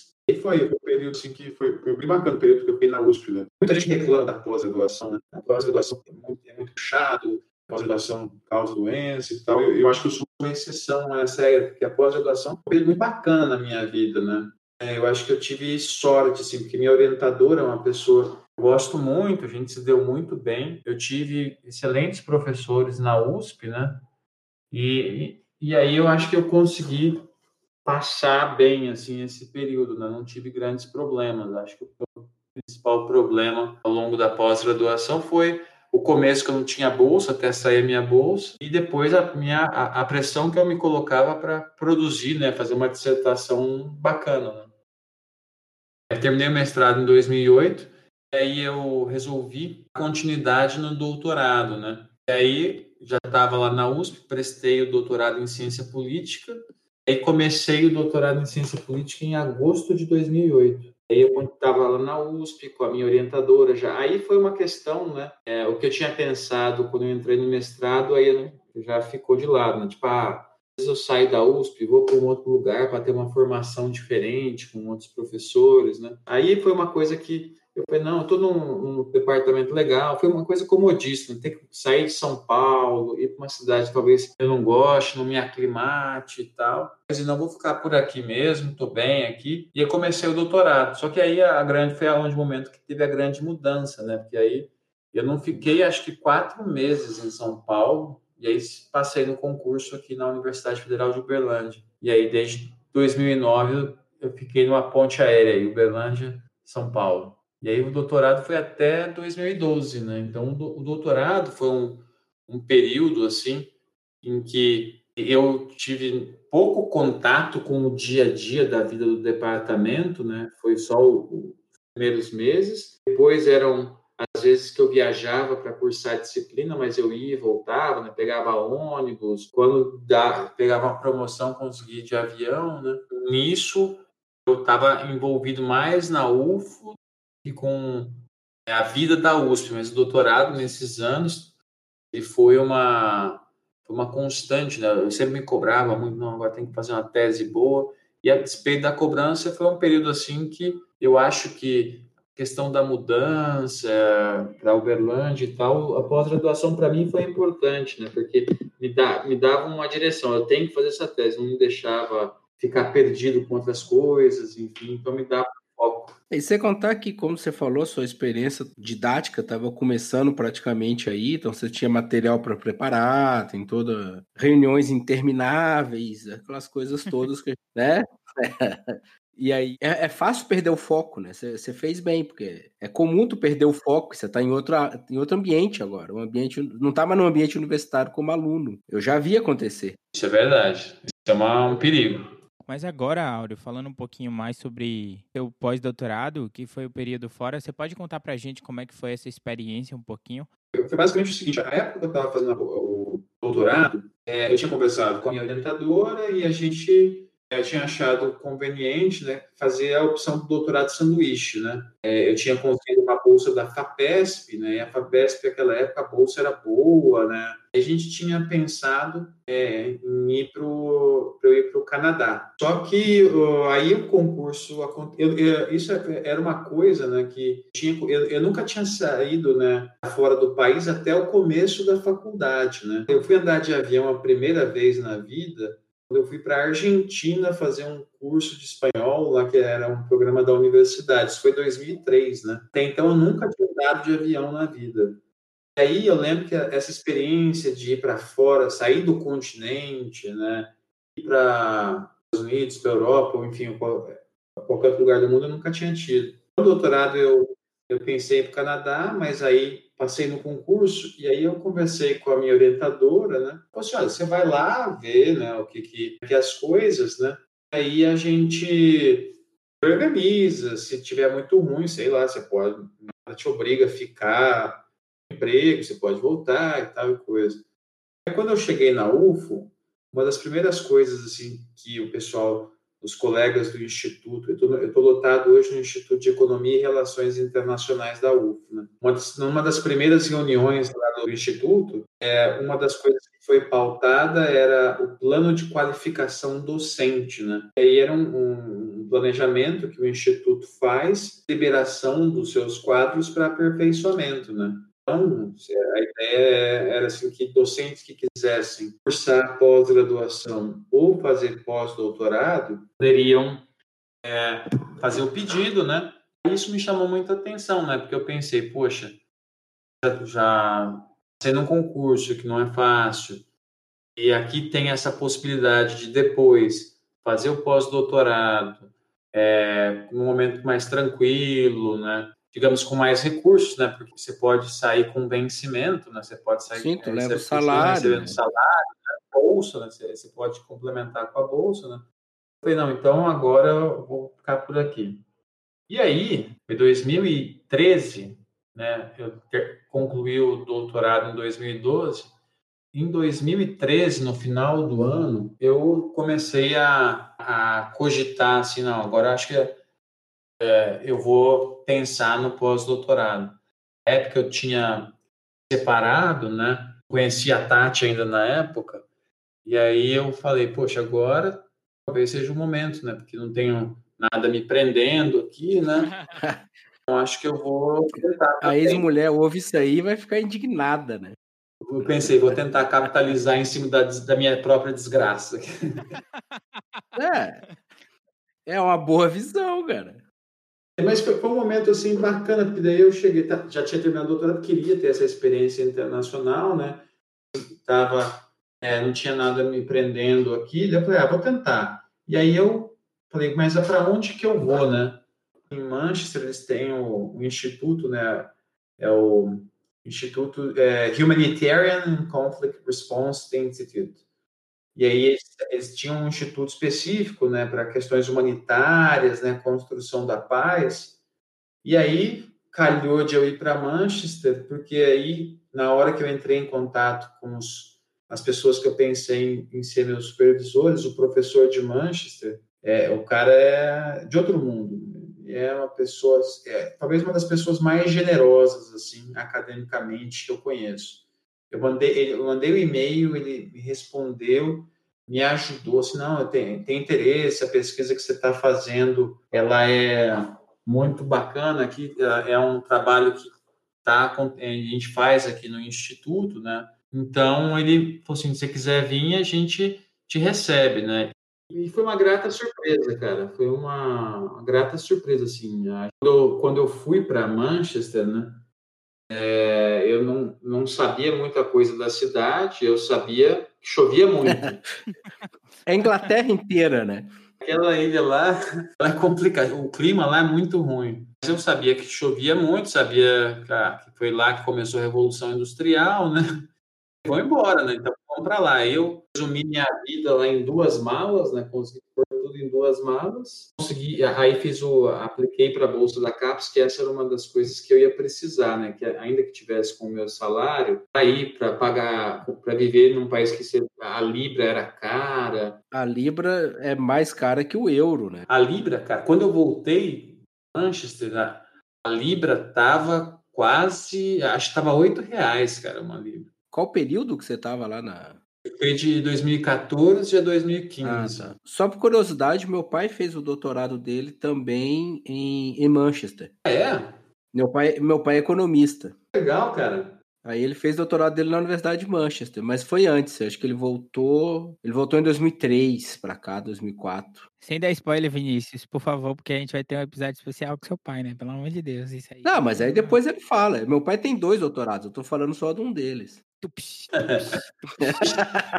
foi o período assim, que foi, foi bem bacana, o período que eu fiquei na U S P. Né? Muita gente reclama da pós-graduação, né? A pós-graduação é muito, é muito chato, a pós-graduação causa doença e tal. Eu, eu acho que eu sou uma exceção a essa regra, porque a pós-graduação foi um período muito bacana na minha vida, né? É, eu acho que eu tive sorte, assim, porque minha orientadora é uma pessoa que eu gosto muito, a gente se deu muito bem. Eu tive excelentes professores na U S P, né? E, e, e aí eu acho que eu consegui passar bem assim esse período, né? Não tive grandes problemas. Acho que o principal problema ao longo da pós-graduação foi o começo, que eu não tinha bolsa até sair a minha bolsa, e depois a minha a, a pressão que eu me colocava para produzir, né, fazer uma dissertação bacana, né? Eu terminei o mestrado em dois mil e oito, e aí eu resolvi continuidade no doutorado, né? E aí já estava lá na U S P, prestei o doutorado em ciência política. Aí comecei o doutorado em ciência política em agosto de dois mil e oito. Aí eu estava lá na U S P com a minha orientadora já. Aí foi uma questão, né? É, o que eu tinha pensado quando eu entrei no mestrado, aí né, já ficou de lado, né? Tipo, ah, às vezes eu saio da U S P, vou para um outro lugar para ter uma formação diferente com outros professores, né? Aí foi uma coisa que eu falei, não, eu estou num, num departamento legal, foi uma coisa comodíssima, ter que sair de São Paulo, ir para uma cidade que talvez eu não goste, não me aclimate e tal. Mas não, vou ficar por aqui mesmo, estou bem aqui. E eu comecei o doutorado. Só que aí a grande foi onde o momento que teve a grande mudança, né? Porque aí eu não fiquei, acho que quatro meses em São Paulo, e aí passei no concurso aqui na Universidade Federal de Uberlândia. E aí desde dois mil e nove eu fiquei numa ponte aérea, em Uberlândia, São Paulo. E aí o doutorado foi até dois mil e doze, né? Então o doutorado foi um, um período assim em que eu tive pouco contato com o dia a dia da vida do departamento, né? Foi só os primeiros meses. Depois eram às vezes que eu viajava para cursar disciplina, mas eu ia e voltava, né? Pegava ônibus. Quando dá, pegava uma promoção, conseguia ir de avião, né? Nisso eu estava envolvido mais na U F O e com a vida da U S P, mas o doutorado nesses anos ele foi uma, foi uma constante, né? Eu sempre me cobrava muito, não, agora tem que fazer uma tese boa, e a despeito da cobrança foi um período assim que eu acho que a questão da mudança para Uberlândia e tal, a pós-graduação para mim foi importante, né? Porque me, dá, me dava uma direção, eu tenho que fazer essa tese, não me deixava ficar perdido com outras coisas, enfim, então me dava foco. E sem contar que, como você falou, sua experiência didática estava começando praticamente aí, então você tinha material para preparar, tem toda reuniões intermináveis, aquelas coisas todas que, né? E aí é, é fácil perder o foco, né? Você, você fez bem, porque é comum tu perder o foco, você está em, outra, em outro ambiente agora, um ambiente, não está mais num ambiente universitário como aluno. Eu já vi acontecer. Isso é verdade. Isso é uma, um perigo. Mas agora, Áureo, falando um pouquinho mais sobre seu pós-doutorado, que foi o período fora, você pode contar pra gente como é que foi essa experiência um pouquinho? Foi basicamente o seguinte, a época que eu estava fazendo o doutorado, é, eu tinha conversado com a minha orientadora e a gente eu tinha achado conveniente, né, fazer a opção do doutorado sanduíche, né? É, eu tinha conseguido uma bolsa da FAPESP, né? E a FAPESP, naquela época, a bolsa era boa, né? A gente tinha pensado é, em ir para eu ir para o Canadá. Só que uh, aí o concurso, eu, eu, isso era uma coisa, né, que tinha, eu, eu nunca tinha saído, né, fora do país até o começo da faculdade, né? Eu fui andar de avião a primeira vez na vida eu fui para a Argentina fazer um curso de espanhol, lá que era um programa da universidade. Isso foi em dois mil e três, né? Até então eu nunca tinha andado de avião na vida. E aí eu lembro que essa experiência de ir para fora, sair do continente, né? Ir para os Estados Unidos, para a Europa, ou enfim, qualquer outro lugar do mundo eu nunca tinha tido. No doutorado eu, eu pensei em ir para o Canadá, mas aí passei no concurso e aí eu conversei com a minha orientadora, né? Falei assim, olha, você vai lá ver, né, o que que, que as coisas, né? Aí a gente organiza, se tiver muito ruim, sei lá, você pode, nada te obriga a ficar no emprego, você pode voltar e tal e coisa. Aí quando eu cheguei na U F O, uma das primeiras coisas assim que o pessoal os colegas do Instituto, eu estou lotado hoje no Instituto de Economia e Relações Internacionais da U F, né? Uma das, numa das primeiras reuniões lá do Instituto, é, uma das coisas que foi pautada era o plano de qualificação docente, né? E aí era um, um, um planejamento que o Instituto faz, liberação dos seus quadros para aperfeiçoamento, né? Então, a ideia era assim, que docentes que quisessem cursar pós-graduação ou fazer pós-doutorado poderiam é, fazer o pedido, né? Isso me chamou muita atenção, né? Porque eu pensei, poxa, já sendo um concurso que não é fácil, e aqui tem essa possibilidade de depois fazer o pós-doutorado é, num momento mais tranquilo, né? Digamos, com mais recursos, né? Porque você pode sair com vencimento, né? Você pode sair Sim, tu é, leva o você salário, recebendo né? salário, né? Bolsa, né? Você, você pode complementar com a bolsa, né? Eu falei, não, então agora eu vou ficar por aqui. E aí, em dois mil e treze, né? Eu ter, concluí o doutorado em dois mil e doze. Em dois mil e treze, no final do ano, eu comecei a, a cogitar assim, não, agora acho que é, eu vou pensar no pós-doutorado. Na época eu tinha separado, né? Conheci a Tati ainda na época, e aí eu falei, poxa, agora talvez seja o momento, né? Porque não tenho nada me prendendo aqui, né? Então acho que eu vou tentar A também. ex-mulher ouve isso aí e vai ficar indignada, né? Eu pensei, vou tentar capitalizar em cima da, da minha própria desgraça. É, é uma boa visão, cara. Mas foi, foi um momento assim bacana, porque daí eu cheguei, tá, já tinha terminado o doutorado, queria ter essa experiência internacional, né? Tava, é, não tinha nada me prendendo aqui, daí eu falei, ah, vou tentar. E aí eu falei, mas é para onde que eu vou, né? Em Manchester eles têm o, o instituto, né? É o Instituto é, Humanitarian Conflict Response Institute. E aí eles, eles tinham um instituto específico, né, para questões humanitárias, né, construção da paz. E aí calhou de eu ir para Manchester, porque aí na hora que eu entrei em contato com os, as pessoas que eu pensei em, em ser meus supervisores, o professor de Manchester, é, o cara é de outro mundo. É uma pessoa, é, talvez uma das pessoas mais generosas assim academicamente que eu conheço. Eu mandei, eu mandei o e-mail, ele me respondeu, me ajudou, assim, não, eu tenho, tenho interesse, a pesquisa que você está fazendo, ela é muito bacana, aqui é um trabalho que tá, a gente faz aqui no Instituto, né? Então, ele falou assim, se você quiser vir, a gente te recebe, né? E foi uma grata surpresa, cara, foi uma, uma grata surpresa, assim. Quando eu, quando eu fui para Manchester, né? É, eu não, não sabia muita coisa da cidade, eu sabia que chovia muito. É a Inglaterra inteira, né? Aquela ilha lá, ela é complicada, o clima lá é muito ruim. Mas eu sabia que chovia muito, sabia ah, que foi lá que começou a Revolução Industrial, né? Vou embora, né? Então vamos para lá. Eu resumi minha vida lá em duas malas, né? Consegui pôr tudo em duas malas. Consegui, aí fiz o, apliquei para a bolsa da CAPES, que essa era uma das coisas que eu ia precisar, né? Que ainda que tivesse com o meu salário, para ir para pagar, para viver num país que a libra era cara. A libra é mais cara que o euro, né? A libra, cara, quando eu voltei Manchester, a, a libra tava quase, acho que estava oito reais, cara, uma libra. Qual período que você estava lá na... Foi de dois mil e quatorze a dois mil e quinze. Ah, tá. Só por curiosidade, meu pai fez o doutorado dele também em, em Manchester. Ah, é? Meu pai, meu pai é economista. Legal, cara. Aí ele fez doutorado dele na Universidade de Manchester, mas foi antes. Acho que ele voltou. Ele voltou em dois mil e três para cá, dois mil e quatro. Sem dar spoiler, Vinícius, por favor, porque a gente vai ter um episódio especial com seu pai, né? Pelo amor de Deus, isso aí. Não, mas aí depois ele fala. Meu pai tem dois doutorados, eu tô falando só de um deles. Tups, tups, tups.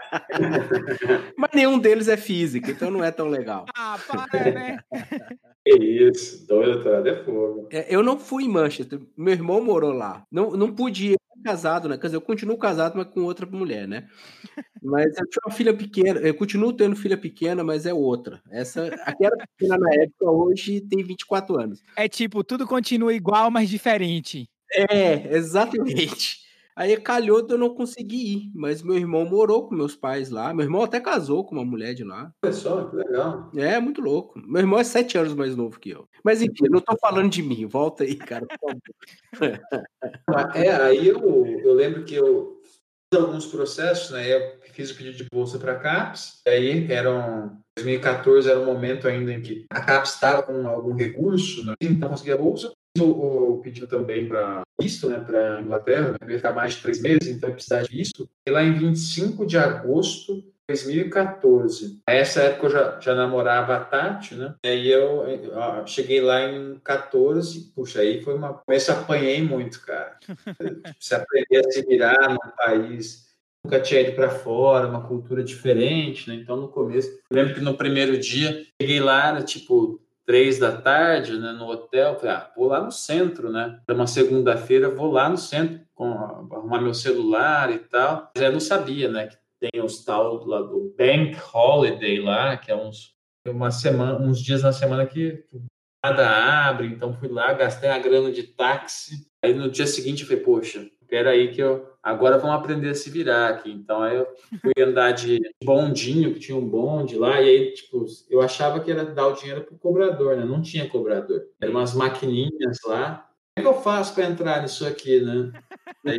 Mas nenhum deles é física, então não é tão legal. Ah, para, né? Que isso, dois doutorado é fogo. É, eu não fui em Manchester, meu irmão morou lá. Não, não pude ir, eu casado, né? Quer dizer, eu continuo casado, mas com outra mulher, né? Mas eu tinha uma filha pequena, eu continuo tendo filha pequena, mas é outra. Essa, aquela pequena na época, hoje tem vinte e quatro anos. É tipo, tudo continua igual, mas diferente. É, exatamente. Aí calhou de eu não conseguir ir, mas meu irmão morou com meus pais lá. Meu irmão até casou com uma mulher de lá. Olha só, que legal. É, muito louco. Meu irmão é sete anos mais novo que eu. Mas enfim, eu não tô falando de mim. Volta aí, cara, por favor. É, aí eu, eu lembro que eu alguns processos, né? Eu fiz o pedido de bolsa para a CAPES, aí eram dois mil e quatorze era o momento ainda em que a CAPES estava com algum recurso, né? Então consegui a bolsa. O, o pedido também para visto, né, para Inglaterra, eu ia ficar mais de três meses, então eu precisava de visto. E lá em vinte e cinco de agosto de dois mil e quatorze. Nessa época eu já, já namorava a Tati, né? E aí eu, eu cheguei lá em quatorze, puxa, aí foi uma começo, apanhei muito, cara. Você aprender a se virar num país, nunca tinha ido para fora, uma cultura diferente, né? Então no começo, eu lembro que no primeiro dia, cheguei lá, era tipo três da tarde, né, no hotel, falei, ah, vou lá no centro, né? Era uma segunda-feira, vou lá no centro, com, arrumar meu celular e tal. Mas eu não sabia, né, que tem os tal lá do Bank Holiday lá, que é uns, uma semana, uns dias na semana que nada abre, então fui lá, gastei a grana de táxi. Aí no dia seguinte eu falei, poxa, peraí que eu... Agora vamos aprender a se virar aqui. Então aí eu fui andar de bondinho, que tinha um bonde lá, e aí, tipo, eu achava que era dar o dinheiro pro cobrador, né? Não tinha cobrador. Eram umas maquininhas lá. Como é que eu faço para entrar nisso aqui, né? Aí,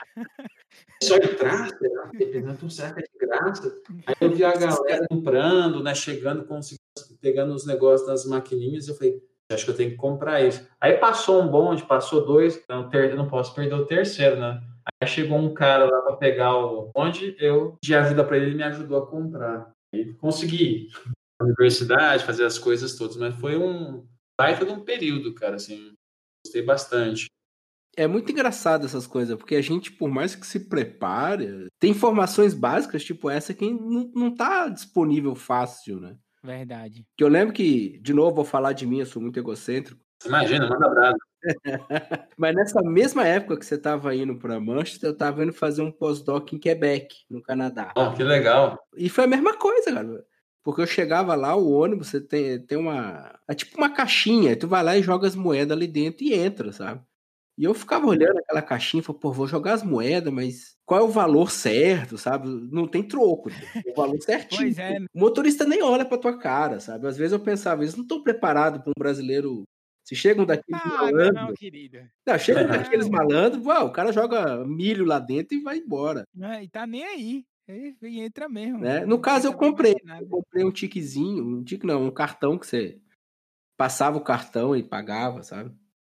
só entrar? Será? Então, será que é de graça? Aí eu vi a galera comprando, né? Chegando, pegando os negócios das maquininhas, eu falei, acho que eu tenho que comprar isso. Aí passou um bonde, passou dois, eu não posso perder o terceiro, né? Aí chegou um cara lá para pegar o bonde, eu pedi ajuda para ele, ele me ajudou a comprar. E consegui ir na universidade, fazer as coisas todas, mas foi um baita de um período, cara, assim, gostei bastante. É muito engraçado essas coisas, porque a gente, por mais que se prepare, tem informações básicas, tipo essa, que não, não tá disponível fácil, né? Verdade. Que eu lembro que, de novo, vou falar de mim, eu sou muito egocêntrico. Imagina, manda brasa. Mas nessa mesma época que você estava indo para Manchester, eu estava indo fazer um pós-doc em Quebec, no Canadá. Oh, que legal. E foi a mesma coisa, cara. Porque eu chegava lá, o ônibus, você tem, tem uma... É tipo uma caixinha, tu vai lá e joga as moedas ali dentro e entra, sabe? E eu ficava olhando aquela caixinha e falava, pô, vou jogar as moedas, mas qual é o valor certo, sabe? Não tem troco, o valor certinho. Pois é. O motorista nem olha pra tua cara, sabe? Às vezes eu pensava, eles não estão preparados para um brasileiro... Se chegam daqueles Ah, malandros... não, querido. Não, chegam Não. daqueles malandros, uau, o cara joga milho lá dentro e vai embora. Não, e tá nem aí. Ele entra mesmo. Né? No caso, eu comprei. Eu comprei um tiquezinho, um tique não, um cartão que você passava o cartão e pagava, sabe?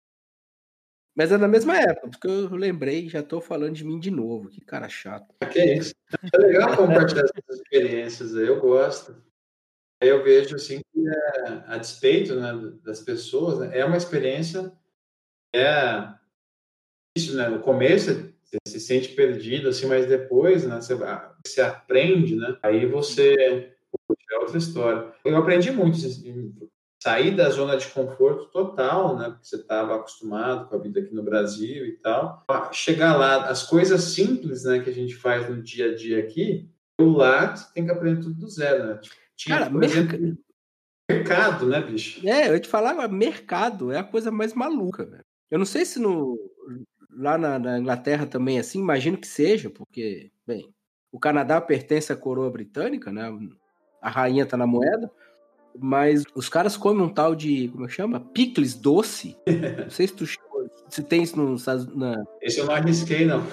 Mas é na mesma época, porque eu lembrei, já tô falando de mim de novo. Que cara chato. Que é isso. É legal compartilhar essas experiências aí, eu gosto. Aí eu vejo assim que é, a despeito, né, das pessoas, né, é uma experiência, é isso, né? No começo você se sente perdido, assim, mas depois, né, você, você aprende, né? Aí você, poxa, é outra história. Eu aprendi muito, assim, sair da zona de conforto total, né? Porque você estava acostumado com a vida aqui no Brasil e tal. Chegar lá, as coisas simples, né, que a gente faz no dia a dia aqui, eu lá você tem que aprender tudo do zero, né? Tinha, Cara, por merc... exemplo, mercado, né, bicho? É, eu te falava, mercado é a coisa mais maluca, velho. Eu não sei se no, lá na, na Inglaterra também é assim, imagino que seja, porque, bem, o Canadá pertence à coroa britânica, né? A rainha tá na moeda, mas os caras comem um tal de, como é que chama? Picles doce. Não sei se tu se tem isso no, na... Esse eu não arrisquei, não.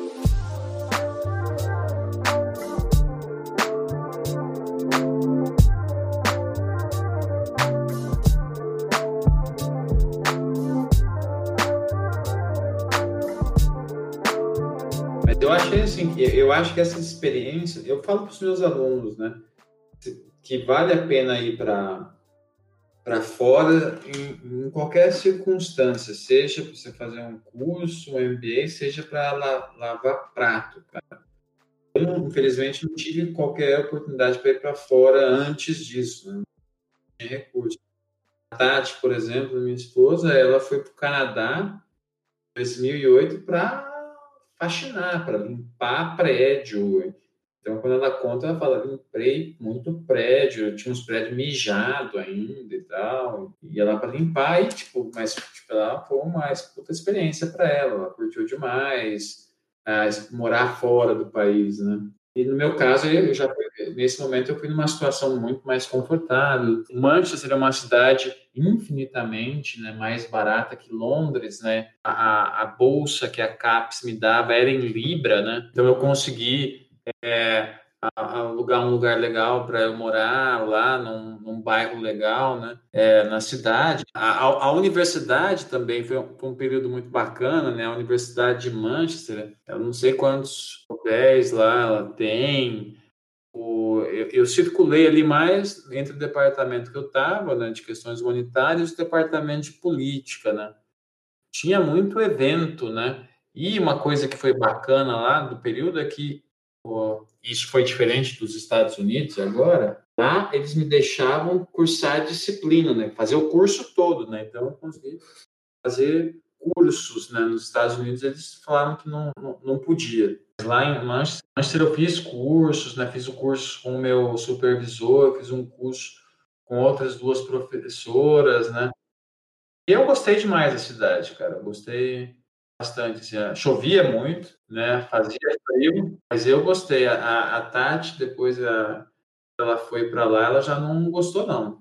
Eu achei assim, eu acho que essa experiência, eu falo para os meus alunos, né, que vale a pena ir para para fora em, em qualquer circunstância, seja para você fazer um curso, um M B A, seja para la, lavar prato, cara. Eu, infelizmente, não tive qualquer oportunidade para ir para fora antes disso, né? Não tinha recurso. A Tati, por exemplo, minha esposa, ela foi para o Canadá em dois mil e oito para faxinar, para limpar prédio. Então, quando ela conta, ela fala, limpei muito prédio, tinha uns prédios mijados ainda e tal, ia lá para limpar e, tipo, mas, tipo, ela foi uma puta experiência para ela, ela curtiu demais, ah, morar fora do país, né? E no meu caso, eu já nesse momento eu fui numa situação muito mais confortável. Manchester é uma cidade infinitamente, né, mais barata que Londres, né? A, a bolsa que a CAPES me dava era em libra, né? Então eu consegui é, alugar um lugar legal para eu morar lá, num, num bairro legal, né? É, na cidade. A, a universidade também foi um, foi um período muito bacana, né? A Universidade de Manchester, eu não sei quantos hotéis lá ela tem. O, eu, eu circulei ali mais entre o departamento que eu estava, né, de questões humanitárias, e o departamento de política, né? Tinha muito evento, né? E uma coisa que foi bacana lá do período é que ó, isso foi diferente dos Estados Unidos agora. Lá eles me deixavam cursar disciplina, né? Fazer o curso todo, né? Então eu consegui fazer cursos, né? Nos Estados Unidos eles falaram que não, não, não podia. Lá em Manchester eu fiz cursos, né? Fiz o curso com o meu supervisor, fiz um curso com outras duas professoras, né? E eu gostei demais da cidade, cara. Eu gostei bastante. Assim, chovia muito, né? Fazia frio, mas eu gostei. A, a, a Tati, depois a, ela foi para lá, ela já não gostou, não.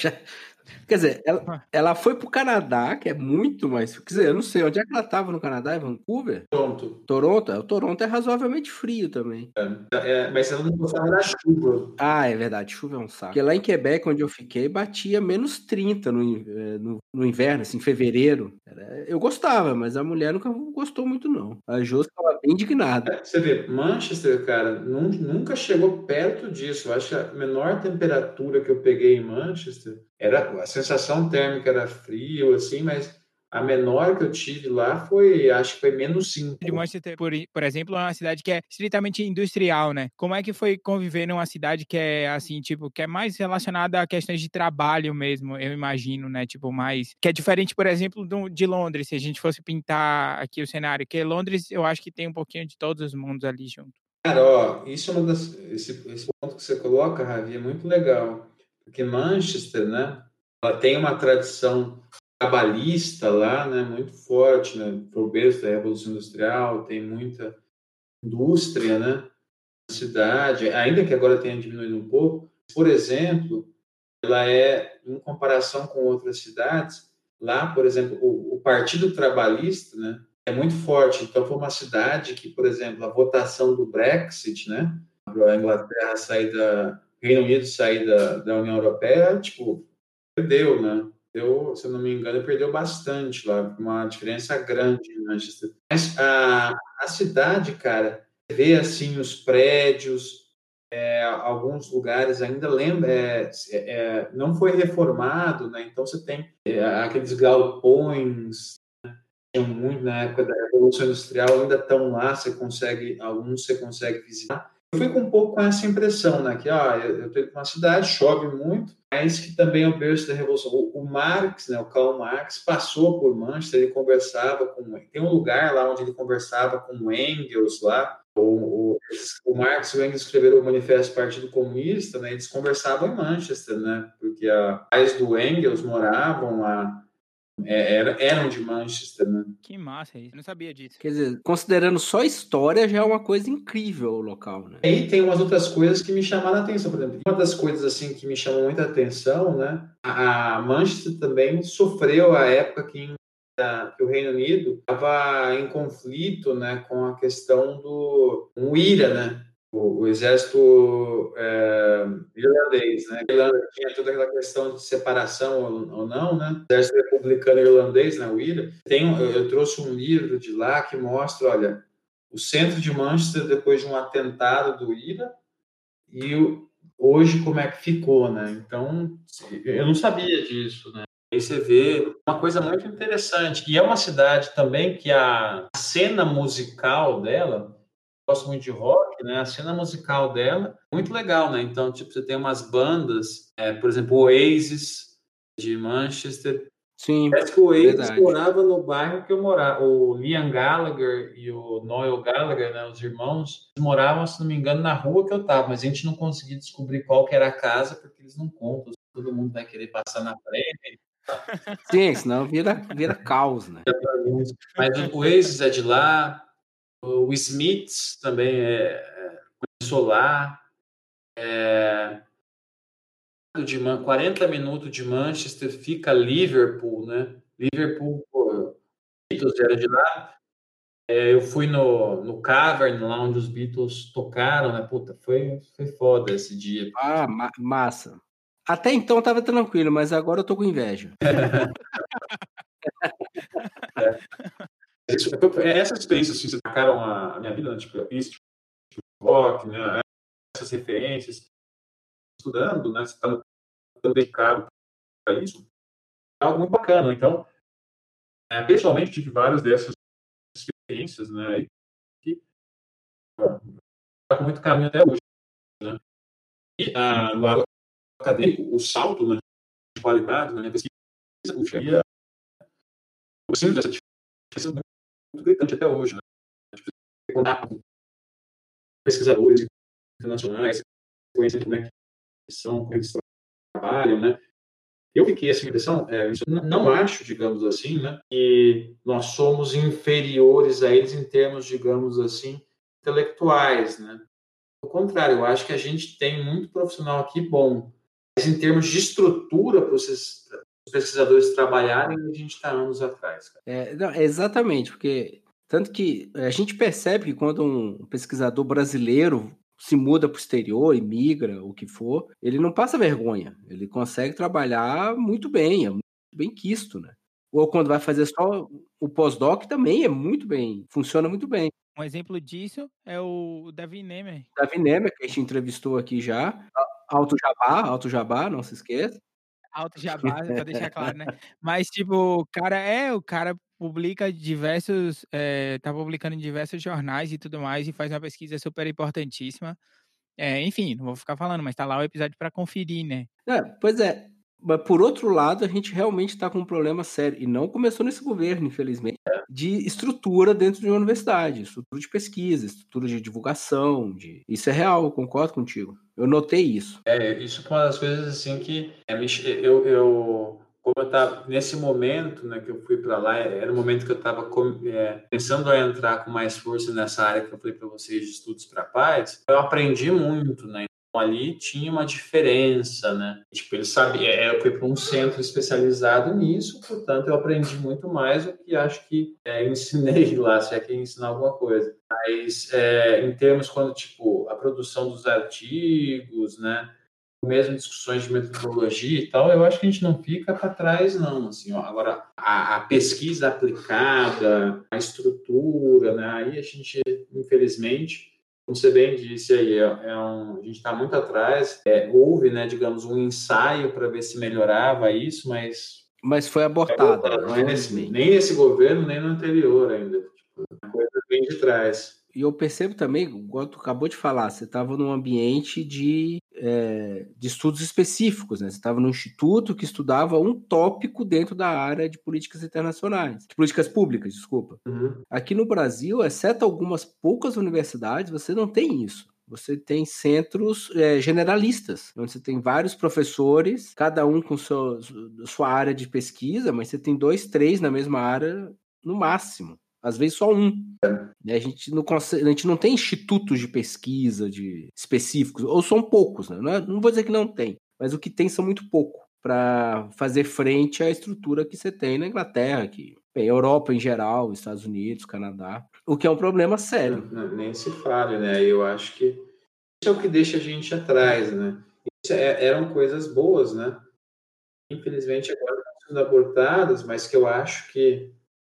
Quer dizer, ela, ela foi pro Canadá, que é muito mais... Quer dizer, eu não sei, onde é que ela estava no Canadá? Em Vancouver? Toronto. Toronto? O Toronto é razoavelmente frio também. É, é, mas ela não gostava da chuva. Ah, é verdade, chuva é um saco. Porque lá em Quebec, onde eu fiquei, batia menos trinta no, no, no inverno, assim, em fevereiro. Era, eu gostava, mas a mulher nunca gostou muito, não. A Jo estava bem indignada. Você vê, Manchester, cara, nunca chegou perto disso. Eu acho que a menor temperatura que eu peguei em Manchester era a sensação térmica era frio, assim, mas a menor que eu tive lá foi, acho que foi menos cinco. De Manchester, por, por exemplo, é uma cidade que é estritamente industrial, né? Como é que foi conviver numa cidade que é assim, tipo, que é mais relacionada a questões de trabalho mesmo, eu imagino, né? Tipo, mais que é diferente, por exemplo, do, de Londres, se a gente fosse pintar aqui o cenário, que Londres eu acho que tem um pouquinho de todos os mundos ali junto. Cara, ó, isso é uma das, esse, esse ponto que você coloca, Ravi, é muito legal, porque Manchester, né? Ela tem uma tradição trabalhista lá, né, muito forte, né, foi o berço da Revolução Industrial, tem muita indústria, né, na cidade, ainda que agora tenha diminuído um pouco. Por exemplo, ela é, em comparação com outras cidades, lá, por exemplo, o, o Partido Trabalhista, né, é muito forte. Então, foi uma cidade que, por exemplo, a votação do Brexit, né, a Inglaterra sair da, Reino Unido sair da, da União Europeia, tipo, perdeu, né? Eu, se eu não me engano, perdeu bastante lá, uma diferença grande em Manchester. Mas a, a cidade, cara, vê assim os prédios, é, alguns lugares ainda lembra, é, é, não foi reformado, né? Então você tem é, aqueles galpões, tinham muito na época da Revolução Industrial, ainda estão lá, você consegue, alguns você consegue visitar. Eu fui com um pouco com essa impressão, né? Que ó, eu estou em uma cidade, chove muito, mas que também é o berço da Revolução. O, o Marx, né, o Karl Marx, passou por Manchester, ele conversava com... Tem um lugar lá onde ele conversava com o Engels lá. O, o, o Marx e o Engels escreveram o Manifesto do Partido Comunista, né? Eles conversavam em Manchester, né? Porque a pais do Engels moravam lá. É, eram de Manchester, né? Que massa isso, eu não sabia disso. Quer dizer, considerando só história, já é uma coisa incrível o local, né? Aí tem umas outras coisas que me chamaram a atenção, por exemplo, uma das coisas assim que me chamou muita atenção, né? A Manchester também sofreu a época que, em, a, que o Reino Unido estava em conflito, né, com a questão do um IRA, né? O, o exército é, irlandês, né? A Irlanda tinha toda aquela questão de separação ou, ou não, né? O exército republicano irlandês, né? O IRA. Tem, eu, eu trouxe um livro de lá que mostra, olha, o centro de Manchester depois de um atentado do IRA e o, hoje como é que ficou, né? Então, eu não sabia disso, né? Aí você vê uma coisa muito interessante. E é uma cidade também que a cena musical dela, gosto muito de rock, né? A cena musical dela é muito legal, né? Então, tipo, você tem umas bandas, é, por exemplo, o Oasis de Manchester. Sim, parece que o Oasis verdade. morava no bairro que eu morava. O Liam Gallagher e o Noel Gallagher, né, os irmãos, eles moravam, se não me engano, na rua que eu estava, mas a gente não conseguia descobrir qual que era a casa, porque eles não contam. Todo mundo vai querer passar na frente. Sim, senão vira, vira caos, né? Mas o Oasis é de lá, o Smiths também é, solar, é, de quarenta minutos de Manchester, fica Liverpool, né? Liverpool, pô, Beatles era de lá. É, eu fui no, no Cavern, lá onde os Beatles tocaram, né? Puta, foi, foi foda esse dia. Ah, ma massa. Até então tava tranquilo, mas agora eu tô com inveja. É. Isso, essas experiências assim, marcaram a, a minha vida, né? Tipo, eu fiz tipo, rock, né? Essas referências, estudando, né? Você está dedicado para isso, é algo muito bacana. Então, é, pessoalmente, tive várias dessas experiências, né? Que está com muito caminho até hoje, né? E ah, no lado acadêmico, o salto, né, de qualidade na minha pesquisa, puxa, e a, o símbolo dessa diferença é muito, muito gritante até hoje, né? Tipo, contato com pesquisadores internacionais, conhecendo como é que são, como eles trabalham, né? Eu fiquei assim, impressão, é, isso, não acho, digamos assim, né, que nós somos inferiores a eles em termos, digamos assim, intelectuais, né? Ao contrário, eu acho que a gente tem muito profissional aqui bom, mas em termos de estrutura para os pesquisadores trabalharem, a gente está anos atrás. Cara. É, não, exatamente, porque tanto que a gente percebe que quando um pesquisador brasileiro se muda para o exterior e migra, o que for, ele não passa vergonha, ele consegue trabalhar muito bem, é muito bem quisto, né? Ou quando vai fazer só o pós-doc também é muito bem, funciona muito bem. Um exemplo disso é o Davi Nemer. Davi Nemer, que a gente entrevistou aqui já, Alto Jabá, Alto Jabá, não se esqueça. Alto Jabá, para deixar claro, né? Mas, tipo, o cara é, o cara publica diversos, é, tá publicando em diversos jornais e tudo mais, e faz uma pesquisa super importantíssima. É, enfim, não vou ficar falando, mas tá lá o episódio para conferir, né? É, pois é. Mas, por outro lado, a gente realmente está com um problema sério, e não começou nesse governo, infelizmente, de estrutura dentro de uma universidade, estrutura de pesquisa, estrutura de divulgação, de... isso é real, eu concordo contigo. Eu notei isso. É, isso foi uma das coisas assim que é, eu, eu como eu estava nesse momento, né, que eu fui para lá, era o momento que eu estava é, pensando a entrar com mais força nessa área que eu falei para vocês de estudos para paz. Eu aprendi muito, né? Então, ali tinha uma diferença, né? Tipo, ele sabia, eu fui para um centro especializado nisso, portanto eu aprendi muito mais do que acho que é, ensinei lá, se é que ensinar alguma coisa. Mas é, em termos quando tipo a produção dos artigos, né? Mesmo discussões de metodologia e tal, eu acho que a gente não fica para trás, não. Assim, ó. Agora, a, a pesquisa aplicada, a estrutura, né? Aí a gente, infelizmente, como você bem disse aí, é, é um, a gente está muito atrás. É, houve, né, digamos, um ensaio para ver se melhorava isso, mas... Mas foi abortado, é, não é nesse, infelizmente. nem nesse governo, nem no anterior ainda. Tipo, a coisa vem de trás. E eu percebo também, igual tu acabou de falar, você estava num ambiente de, é, de estudos específicos, né? Você estava num instituto que estudava um tópico dentro da área de políticas internacionais, de políticas públicas, desculpa. Uhum. Aqui no Brasil, exceto algumas poucas universidades, você não tem isso. Você tem centros é, generalistas, onde você tem vários professores, cada um com seu, sua área de pesquisa, mas você tem dois, três na mesma área no máximo. Às vezes só um. A gente não consegue, a gente não tem institutos de pesquisa de específicos, ou são poucos, né? Não, é, não vou dizer que não tem, mas o que tem são muito pouco para fazer frente à estrutura que você tem na Inglaterra, aqui, bem, Europa em geral, Estados Unidos, Canadá, o que é um problema sério. Não, não, nem se fale, né? Eu acho que isso é o que deixa a gente atrás, né? Isso é, eram coisas boas, né? Infelizmente agora estão sendo abortadas, mas que eu acho que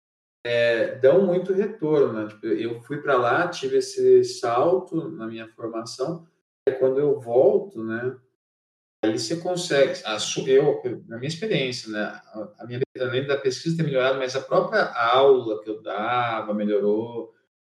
é, dão muito retorno, né? Tipo, eu fui para lá, tive esse salto na minha formação, e quando eu volto, né? Aí você consegue, a, eu, na minha experiência, né? A, a minha além da pesquisa ter melhorado, mas a própria aula que eu dava melhorou,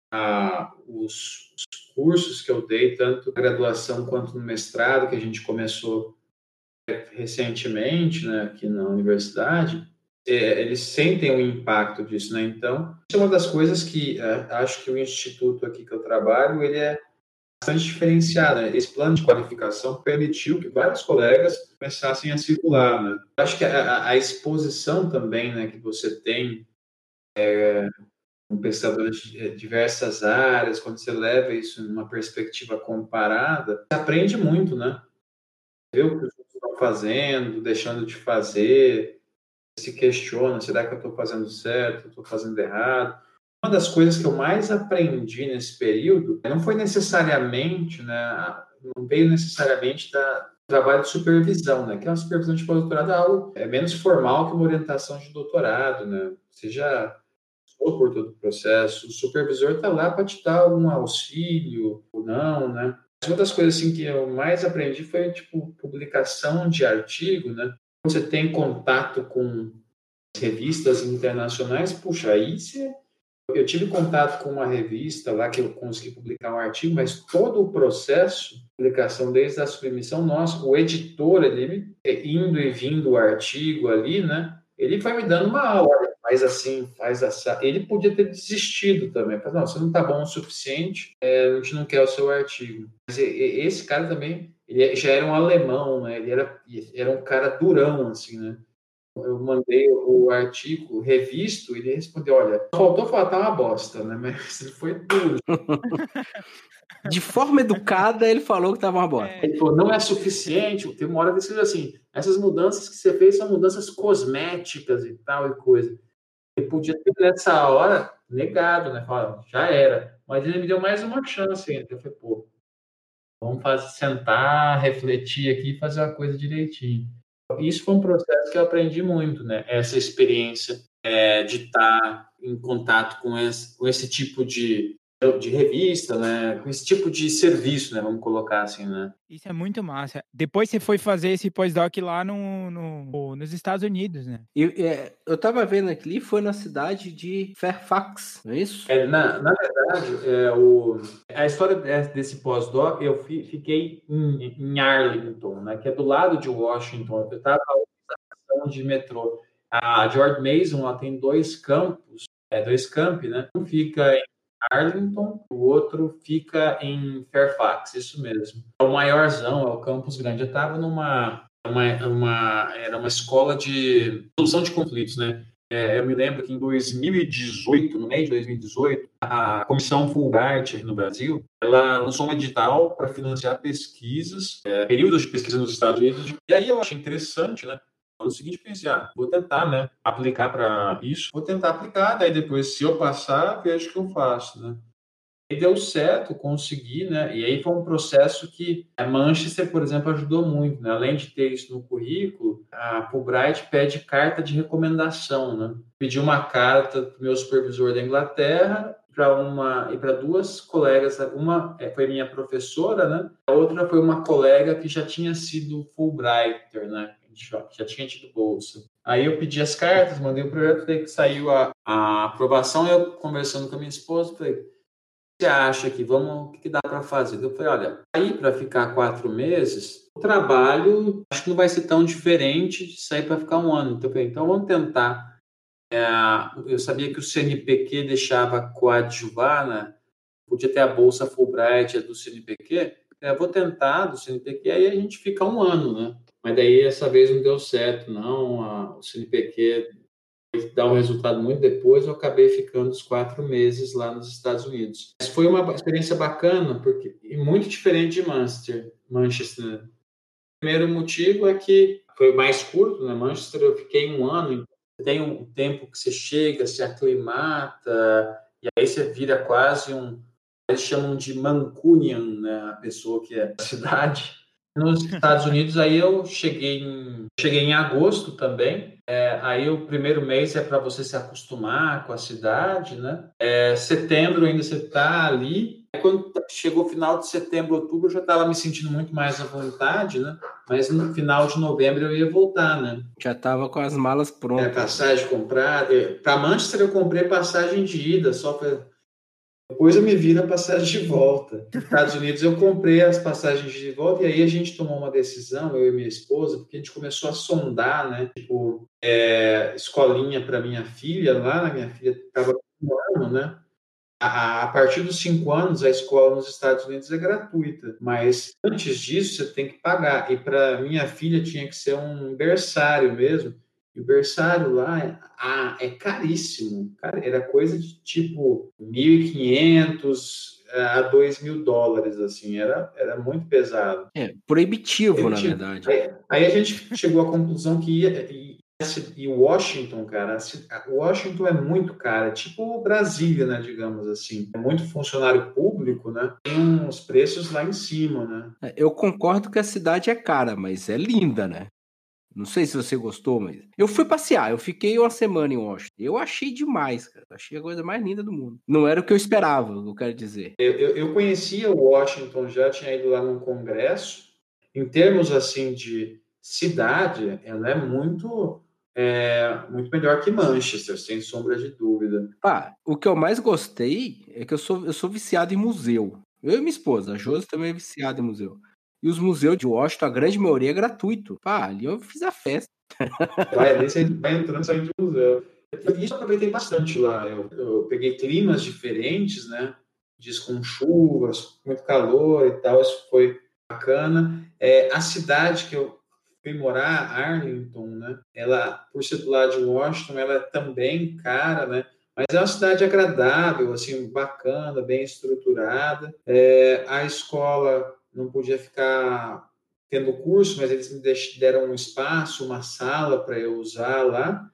a, os, os cursos que eu dei, tanto na graduação quanto no mestrado, que a gente começou recentemente, né, aqui na universidade, é, eles sentem o impacto disso, né? Então, isso é uma das coisas que é, acho que o instituto aqui que eu trabalho, ele é bastante diferenciado, né? Esse plano de qualificação permitiu que vários colegas começassem a circular, né? Acho que a, a exposição também, né, que você tem é, com pesquisadores de diversas áreas, quando você leva isso numa perspectiva comparada, você aprende muito, né? Vê o que os outros estão fazendo, deixando de fazer, se questiona, será que eu estou fazendo certo, estou fazendo errado? Uma das coisas que eu mais aprendi nesse período não foi necessariamente, né, não veio necessariamente da trabalho de supervisão, né, que é uma supervisão de pós-doutorado é algo é menos formal que uma orientação de doutorado, né? Você já passou por todo o processo, o supervisor está lá para te dar um auxílio ou não, né? Uma das coisas assim que eu mais aprendi foi tipo publicação de artigo, né? Você tem contato com revistas internacionais, puxa, aí você... eu tive contato com uma revista lá que eu consegui publicar um artigo, mas todo o processo de publicação, desde a submissão, nossa, o editor, ele indo e vindo o artigo ali, né? Ele vai me dando uma aula, faz assim, faz assim. Ele podia ter desistido também, mas não, você não está bom o suficiente, é, a gente não quer o seu artigo. Mas esse cara também, ele já era um alemão, né? Ele era, era um cara durão, assim, né? Eu mandei o artigo revisto e ele respondeu, olha, faltou falar, tá uma bosta, né? Mas ele foi duro. De forma educada, ele falou que tava uma bosta. Ele falou, não é suficiente. Tem uma hora que ele escreveu assim, essas mudanças que você fez são mudanças cosméticas e tal e coisa. Ele podia ter, nessa hora, negado, né? Falando, já era. Mas ele me deu mais uma chance ainda. Eu falei, pô, vamos fazer, sentar, refletir aqui e fazer a coisa direitinho. Isso foi um processo que eu aprendi muito, né? Essa experiência é, de estar em contato com esse, com esse tipo de, de revista, né? Com esse tipo de serviço, né? Vamos colocar assim, né? Isso é muito massa. Depois você foi fazer esse pós-doc lá no, no, nos Estados Unidos, né? Eu, é, eu tava vendo aqui, foi na cidade de Fairfax, não é isso? É, na, na verdade, é, o, a história desse pós-doc, eu fi, fiquei em, em Arlington, né? Que é do lado de Washington. Eu estava na estação de metrô. A George Mason, ela tem dois campos, é, dois campi, né? Um fica em Arlington, o outro fica em Fairfax, isso mesmo. É o maiorzão, é o campus grande. Eu estava numa uma, uma, era uma escola de solução de conflitos, né? É, eu me lembro que em dois mil e dezoito, no mês de dois mil e dezoito, a Comissão Fulbright no Brasil, ela lançou um edital para financiar pesquisas, é, períodos de pesquisa nos Estados Unidos. E aí eu achei interessante, né? O seguinte, pensei, ah, vou tentar, né, aplicar para isso, vou tentar aplicar, daí depois, se eu passar, vejo o que eu faço, né. E deu certo, consegui, né, e aí foi um processo que a Manchester, por exemplo, ajudou muito, né, além de ter isso no currículo, a Fulbright pede carta de recomendação, né, pedi uma carta para o meu supervisor da Inglaterra, para uma e para duas colegas, uma foi minha professora, né, a outra foi uma colega que já tinha sido Fulbrighter, né, já, já tinha tido bolsa. Aí eu pedi as cartas, mandei o projeto, daí que saiu a, a aprovação, eu conversando com a minha esposa, falei, o que você acha que vamos, o que, que dá para fazer? Eu falei, olha, aí para ficar quatro meses, o trabalho acho que não vai ser tão diferente de sair para ficar um ano. Então, eu falei, então vamos tentar. É, eu sabia que o C N P Q deixava coadjuvar, né? Podia ter a bolsa Fulbright do C N P Q. Eu vou tentar do C N P Q, aí a gente fica um ano, né? Mas daí, essa vez, não deu certo, não. A, o C N P Q dá um resultado muito depois, eu acabei ficando os quatro meses lá nos Estados Unidos. Mas foi uma experiência bacana, porque, e muito diferente de Manchester. Manchester. O primeiro motivo é que foi mais curto, né? Manchester eu fiquei um ano, tem um tempo que você chega, se aclimata, e aí você vira quase um... Eles chamam de Mancunian, né? A pessoa que é da cidade. Nos Estados Unidos, aí eu cheguei em, cheguei em agosto também. É, aí o primeiro mês é para você se acostumar com a cidade, né? É, setembro ainda você está ali. Aí, quando chegou o final de setembro, outubro, eu já estava me sentindo muito mais à vontade, né? Mas no final de novembro eu ia voltar, né? Já estava com as malas prontas. É, passagem comprada. Para Manchester eu comprei passagem de ida, só para... Depois eu me vi na passagem de volta. Nos Estados Unidos eu comprei as passagens de volta e aí a gente tomou uma decisão, eu e minha esposa, porque a gente começou a sondar, né? Tipo, é, escolinha para minha filha lá, né? Minha filha estava com um ano, né? A, a partir dos cinco anos, a escola nos Estados Unidos é gratuita, mas antes disso você tem que pagar. E para minha filha tinha que ser um berçário mesmo. E o berçário lá é, ah, é caríssimo. Cara, era coisa de tipo mil e quinhentos a dois mil dólares, assim, era, era muito pesado. É proibitivo, Eu na tive- verdade. Aí, aí a gente chegou à conclusão que ia, e, e Washington, cara, Washington é muito cara, é tipo Brasília, né, digamos assim. É muito funcionário público, né? Tem uns preços lá em cima, né? É, eu concordo que a cidade é cara, mas é linda, né? Não sei se você gostou, mas. Eu fui passear, eu fiquei uma semana em Washington. Eu achei demais, cara. Achei a coisa mais linda do mundo. Não era o que eu esperava, eu quero dizer. Eu, eu, eu conhecia Washington, já tinha ido lá num congresso. Em termos assim de cidade, ela é muito, é, muito melhor que Manchester, sem sombra de dúvida. Pá, o que eu mais gostei é que eu sou, eu sou viciado em museu. Eu e minha esposa, a Josi também é viciada em museu. E os museus de Washington, a grande maioria é gratuito. Pá, ali eu fiz a festa. Vai ali, você vai entrando, saindo de museu. Isso eu aproveitei bastante lá. Eu, eu peguei climas diferentes, né? Dias com chuvas, muito calor e tal. Isso foi bacana. É, a cidade que eu fui morar, Arlington, né? Ela, por ser do lado de Washington, ela é também cara, né? Mas é uma cidade agradável, assim, bacana, bem estruturada. É, a escola não podia ficar tendo curso, mas eles me deram um espaço, uma sala para eu usar lá.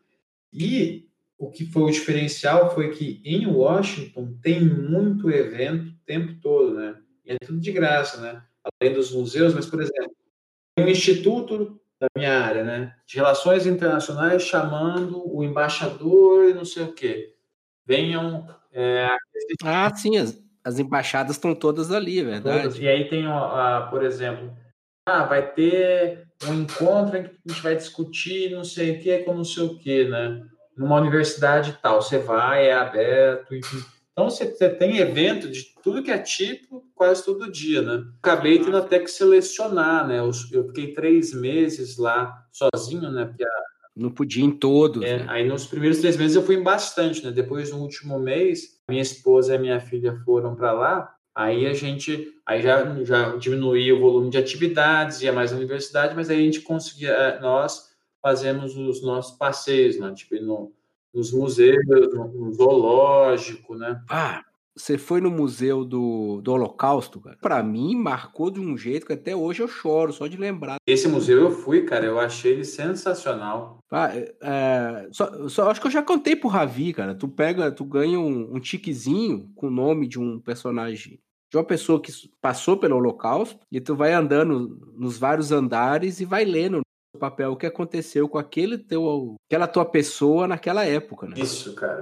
E o que foi o diferencial foi que em Washington tem muito evento o tempo todo, né? E é tudo de graça, né? Além dos museus, mas, por exemplo, tem um instituto da minha área, né? De relações internacionais chamando o embaixador e não sei o quê. Venham. É, Ah, sim, as, as embaixadas estão todas ali, é todas. verdade. E aí tem, a, por exemplo, ah, vai ter um encontro em que a gente vai discutir não sei o que com não sei o que, né? Numa universidade e tal. Você vai, é aberto, enfim. Então, você, você tem evento de tudo que é tipo, quase todo dia, né? Que Acabei tendo massa. até que selecionar, né? Eu, eu fiquei três meses lá sozinho, né? Porque Não podia ir em todos, é, né? aí nos primeiros três meses eu fui em bastante, né? Depois, no último mês, minha esposa e a minha filha foram para lá. Aí a gente, aí já, já diminuía o volume de atividades, ia mais na universidade, mas aí a gente conseguia, é, nós fazemos os nossos passeios, né? Tipo, ir no, nos museus, no, no zoológico, né? Ah, você foi no museu do, do Holocausto, cara? Pra mim, marcou de um jeito que até hoje eu choro, só de lembrar. Esse museu eu fui, cara, eu achei ele sensacional. Ah, é, é, só, só acho que eu já contei pro Ravi, cara. Tu pega, tu ganha um, um tiquezinho com o nome de um personagem, de uma pessoa que passou pelo Holocausto, e tu vai andando nos vários andares e vai lendo no papel o que aconteceu com aquele teu, aquela tua pessoa naquela época, né? Isso, cara.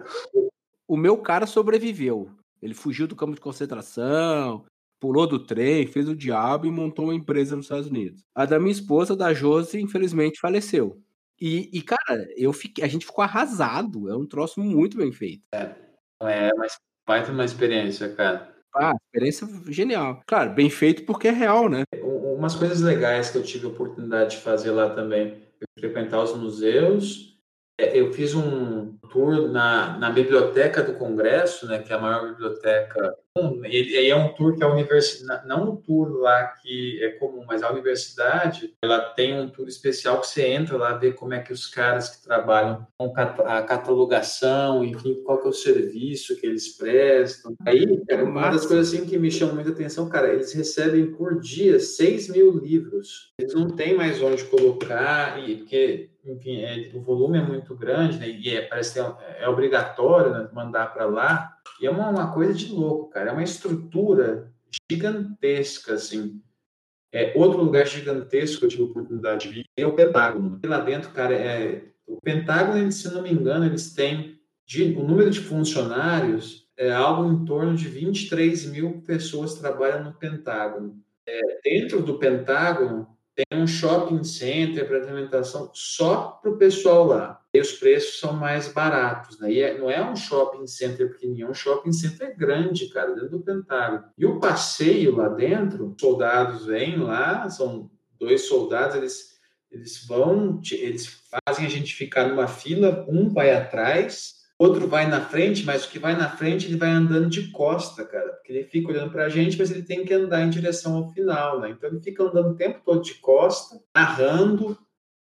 O meu cara sobreviveu. Ele fugiu do campo de concentração, pulou do trem, fez o diabo e montou uma empresa nos Estados Unidos. A da minha esposa, da Josi, infelizmente faleceu. E, e, cara, eu fiquei, a gente ficou arrasado. É um troço muito bem feito. É, mas vai ter uma experiência, cara. Ah, experiência genial. Claro, bem feito porque é real, né? Umas coisas legais que eu tive a oportunidade de fazer lá também, eu frequentar os museus. É, eu fiz um tour na, na biblioteca do Congresso, né, que é a maior biblioteca. Ele, ele é um tour que a universidade, não um tour lá que é comum, mas a universidade, ela tem um tour especial que você entra lá, vê como é que os caras que trabalham com a catalogação, enfim, qual que é o serviço que eles prestam. Aí, cara, uma das coisas assim que me chama muita atenção, cara, eles recebem por dia seis mil livros. Eles não têm mais onde colocar, e porque enfim, é, o volume é muito grande, né? E é, parece que é, é obrigatório, né, mandar para lá. E é uma, uma coisa de louco, cara. É uma estrutura gigantesca, assim. É, outro lugar gigantesco que eu tive a oportunidade de vir é o Pentágono. E lá dentro, cara, é, o Pentágono, se não me engano, eles têm de, o número de funcionários é algo em torno de vinte e três mil pessoas que trabalham no Pentágono. É, dentro do Pentágono, tem um shopping center para alimentação só para o pessoal lá. E os preços são mais baratos, né? E é, não é um shopping center pequenininho, é um shopping center grande, cara, dentro do Pentágono. E o passeio lá dentro, soldados vêm lá, são dois soldados, eles, eles vão, eles fazem a gente ficar numa fila, um vai atrás, outro vai na frente, mas o que vai na frente ele vai andando de costa, cara, porque ele fica olhando para a gente, mas ele tem que andar em direção ao final, né? Então ele fica andando o tempo todo de costa, narrando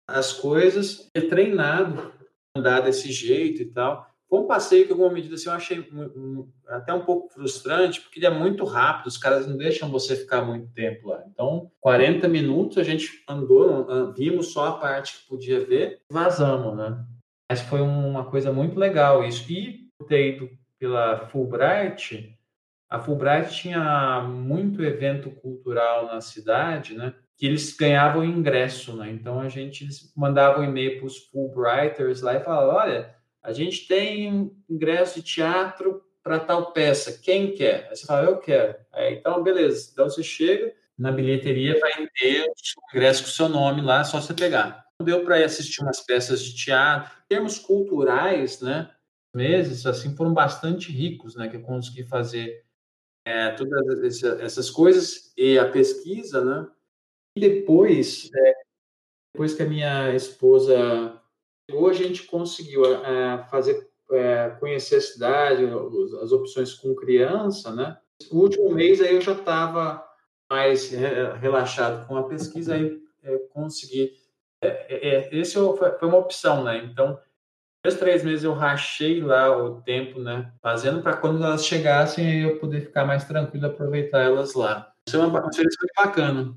as coisas, é treinado, andar desse jeito e tal. Foi um passeio que, em alguma medida, assim, eu achei um, um, até um pouco frustrante, porque ele é muito rápido, os caras não deixam você ficar muito tempo lá. Então, quarenta minutos a gente andou, vimos só a parte que podia ver, vazamos, né? Mas foi uma coisa muito legal isso. E por ter ido pela Fulbright, a Fulbright tinha muito evento cultural na cidade, né? Que eles ganhavam ingresso, né? Então a gente eles mandavam e-mail para os Fulbrighters lá e falavam: olha, a gente tem ingresso de teatro para tal peça, quem quer? Aí você fala: eu quero. Aí, então, beleza. Então você chega na bilheteria, vai ter o ingresso com o seu nome lá, é só você pegar. Deu para assistir umas peças de teatro. Em termos culturais, né? Meses assim foram bastante ricos, né? Que eu consegui fazer é, todas essas coisas e a pesquisa, né? E depois, é, depois que a minha esposa chegou, a gente conseguiu é, fazer, é, conhecer a cidade, as opções com criança, né? O último mês aí eu já estava mais é, relaxado com a pesquisa, aí é, consegui. É, é, esse foi uma opção, né? Então, os três meses eu rachei lá o tempo, né? Fazendo para quando elas chegassem eu poder ficar mais tranquilo e aproveitar elas lá. Isso é uma experiência muito bacana.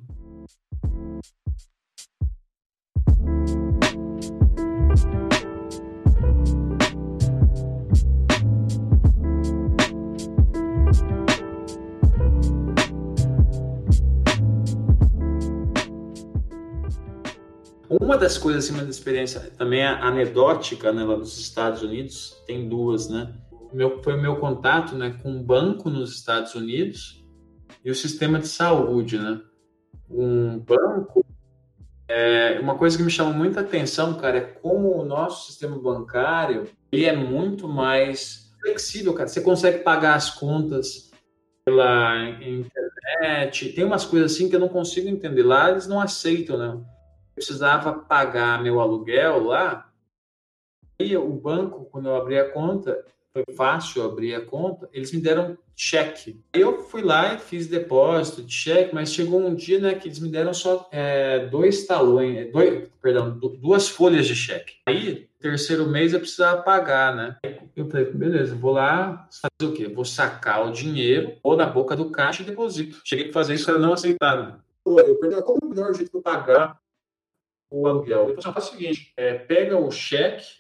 Uma das coisas, assim, uma experiência também anedótica, né, lá nos Estados Unidos, tem duas, né? O meu, foi o meu contato, né, com um banco nos Estados Unidos e o sistema de saúde, né? Um banco, é, uma coisa que me chama muita atenção, cara, é como o nosso sistema bancário, ele é muito mais flexível, cara. Você consegue pagar as contas pela internet, tem umas coisas assim que eu não consigo entender. Lá eles não aceitam, né? Precisava pagar meu aluguel lá, e o banco, quando eu abri a conta, foi fácil abrir a conta, eles me deram cheque. Eu fui lá e fiz depósito de cheque, mas chegou um dia, né, que eles me deram só é, dois talões, dois, perdão, duas folhas de cheque. Aí, terceiro mês, eu precisava pagar, né? Eu falei, beleza, vou lá fazer o quê? Vou sacar o dinheiro, ou na boca do caixa e deposito. Cheguei a fazer isso, eles não aceitaram. Eu perguntei, qual é o melhor jeito de eu pagar o aluguel? Ele falou, faz o seguinte, é, pega o cheque,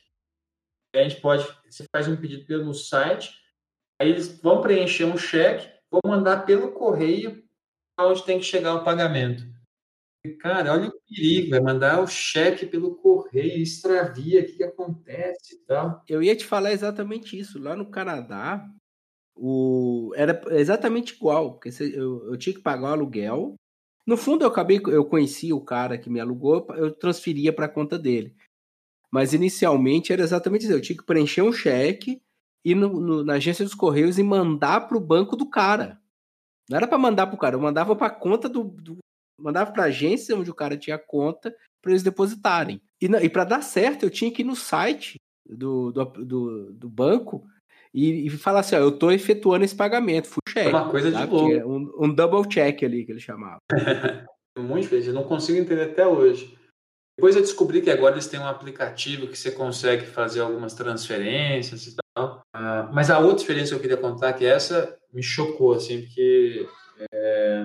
a gente pode, você faz um pedido pelo site, aí eles vão preencher um cheque, vão mandar pelo correio onde tem que chegar o pagamento. E, cara, olha o perigo, vai mandar o cheque pelo correio, extravia, o que, que acontece e tal. Eu ia te falar exatamente isso. Lá no Canadá, o... era exatamente igual, porque eu, eu tinha que pagar o aluguel. No fundo, eu acabei, eu conheci o cara que me alugou, eu transferia para a conta dele. Mas inicialmente era exatamente isso. Eu tinha que preencher um cheque, ir no, no, na agência dos Correios e mandar para o banco do cara. Não era para mandar para o cara, eu mandava para a conta do, do. Mandava para a agência onde o cara tinha conta para eles depositarem. E, e para dar certo, eu tinha que ir no site do, do, do, do banco e, e falar assim: ó, eu estou efetuando esse pagamento, full check. É uma coisa tá? de louco. É um, um double check ali que ele chamava. Muito vezes, eu não consigo entender até hoje. Depois eu descobri que agora eles têm um aplicativo que você consegue fazer algumas transferências e tal. Ah, mas a outra experiência que eu queria contar, que essa me chocou, assim, porque é,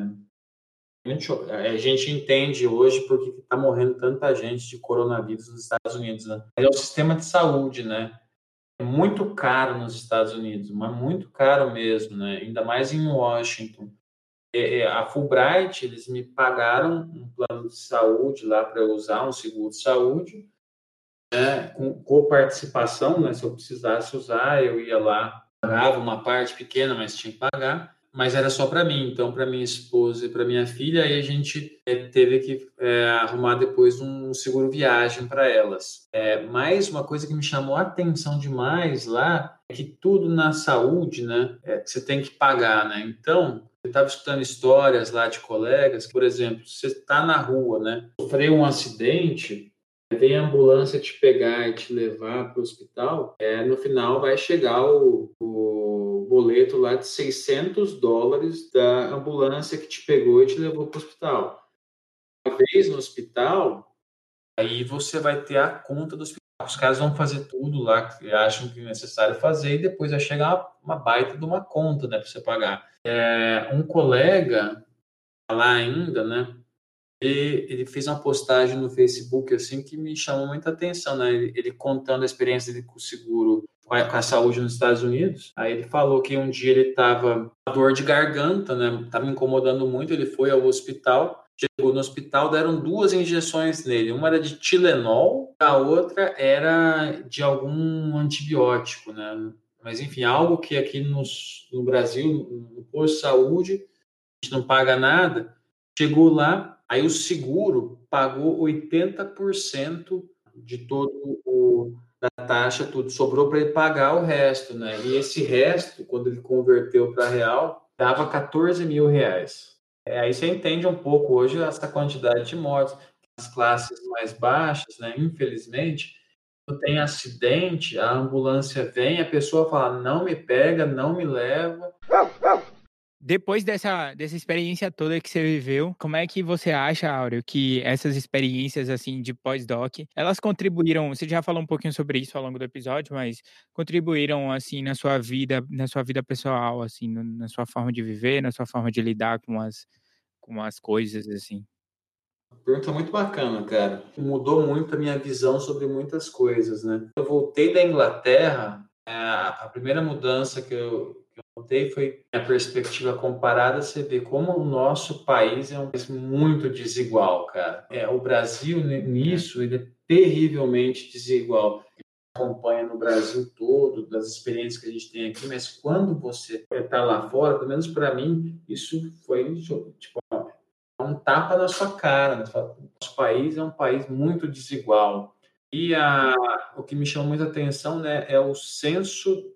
a gente entende hoje por que está morrendo tanta gente de coronavírus nos Estados Unidos, né? É o sistema de saúde, né? É muito caro nos Estados Unidos, mas muito caro mesmo, né? Ainda mais em Washington. A Fulbright, eles me pagaram um plano de saúde lá para eu usar, um seguro de saúde, né, com, com participação, né, se eu precisasse usar, eu ia lá, pagava uma parte pequena, mas tinha que pagar, mas era só para mim, então para minha esposa e para minha filha, aí a gente é, teve que é, arrumar depois um seguro viagem para elas. É, mas uma coisa que me chamou a atenção demais lá é que tudo na saúde, né, é, você tem que pagar, né, então eu estava escutando histórias lá de colegas, por exemplo, você está na rua, né, sofreu um acidente, vem a ambulância te pegar e te levar para o hospital, é, no final vai chegar o, o boleto lá de seiscentos dólares da ambulância que te pegou e te levou para o hospital. Uma vez no hospital, Aí você vai ter a conta do hospital. Os caras vão fazer tudo lá que acham que é necessário fazer e depois vai chegar uma, uma baita de uma conta, né, para você pagar. É, um colega lá ainda, né, ele, ele fez uma postagem no Facebook assim que me chamou muita atenção, né? Ele, ele contando a experiência dele com o seguro, com a, com a saúde nos Estados Unidos. Aí ele falou que um dia ele estava com dor de garganta, né? Estava incomodando muito, ele foi ao hospital. Chegou no hospital, deram duas injeções nele. Uma era de Tilenol, a outra era de algum antibiótico, né? Mas, enfim, algo que aqui nos, no Brasil, no posto de saúde, a gente não paga nada. Chegou lá, aí o seguro pagou oitenta por cento de todo o da taxa, tudo. Sobrou para ele pagar o resto, né? E esse resto, quando ele converteu para real, dava quatorze mil reais. É, aí você entende um pouco hoje essa quantidade de mortes. As classes mais baixas, né? Infelizmente, quando tem acidente, a ambulância vem, a pessoa fala, não me pega, não me leva. Depois dessa, dessa experiência toda que você viveu, como é que você acha, Áureo, que essas experiências assim de pós-doc, elas contribuíram, você já falou um pouquinho sobre isso ao longo do episódio, mas contribuíram assim na sua vida, na sua vida pessoal, assim, no, na sua forma de viver, na sua forma de lidar com as, com as coisas, assim? Pergunta muito bacana, cara. Mudou muito a minha visão sobre muitas coisas, né? Eu voltei da Inglaterra, a primeira mudança que eu, que eu notei foi a perspectiva comparada. Você vê como o nosso país é um país muito desigual, cara. É, o Brasil, nisso, ele é terrivelmente desigual. Acompanha no Brasil todo, das experiências que a gente tem aqui, mas quando você está lá fora, pelo menos para mim, isso foi tipo um tapa na sua cara. Né? Nosso país é um país muito desigual. E a, o que me chama muita atenção, né, é o senso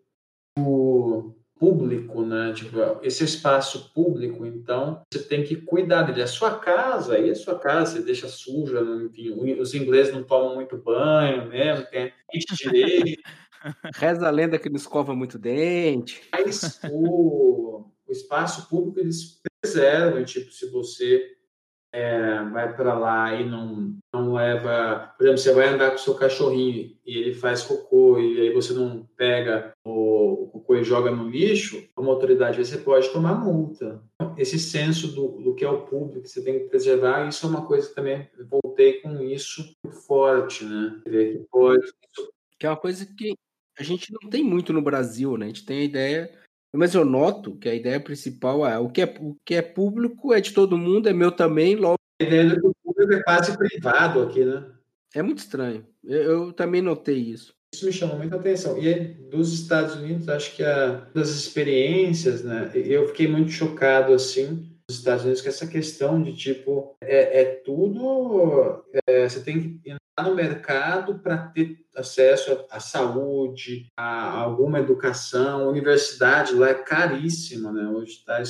do público, né? Tipo, esse espaço público, então, você tem que cuidar dele. A sua casa, aí a sua casa, você deixa suja, enfim, os ingleses não tomam muito banho mesmo, tem direito. Reza a lenda que não escova muito dente. Mas o, o espaço público, eles preservam, tipo, se você é, vai para lá e não, não leva... Por exemplo, você vai andar com o seu cachorrinho e ele faz cocô e aí você não pega o, o cocô e joga no lixo, como autoridade você pode tomar multa. Esse senso do, do que é o público, que você tem que preservar, isso é uma coisa que também eu voltei com isso muito forte, né? Que pode... Que é uma coisa que a gente não tem muito no Brasil, né? A gente tem a ideia... Mas eu noto que a ideia principal é o que é, o que é público é de todo mundo, é meu também, logo... A ideia do que o público é quase privado aqui, né? É muito estranho. Eu, eu também notei isso. Isso me chamou muita atenção. E aí, dos Estados Unidos, acho que a, das experiências, né? Eu fiquei muito chocado, assim, nos Estados Unidos, com essa questão de, tipo, é, é tudo... É, você tem que entrar no mercado para ter acesso à saúde, a alguma educação. A universidade lá é caríssima, né? Hoje está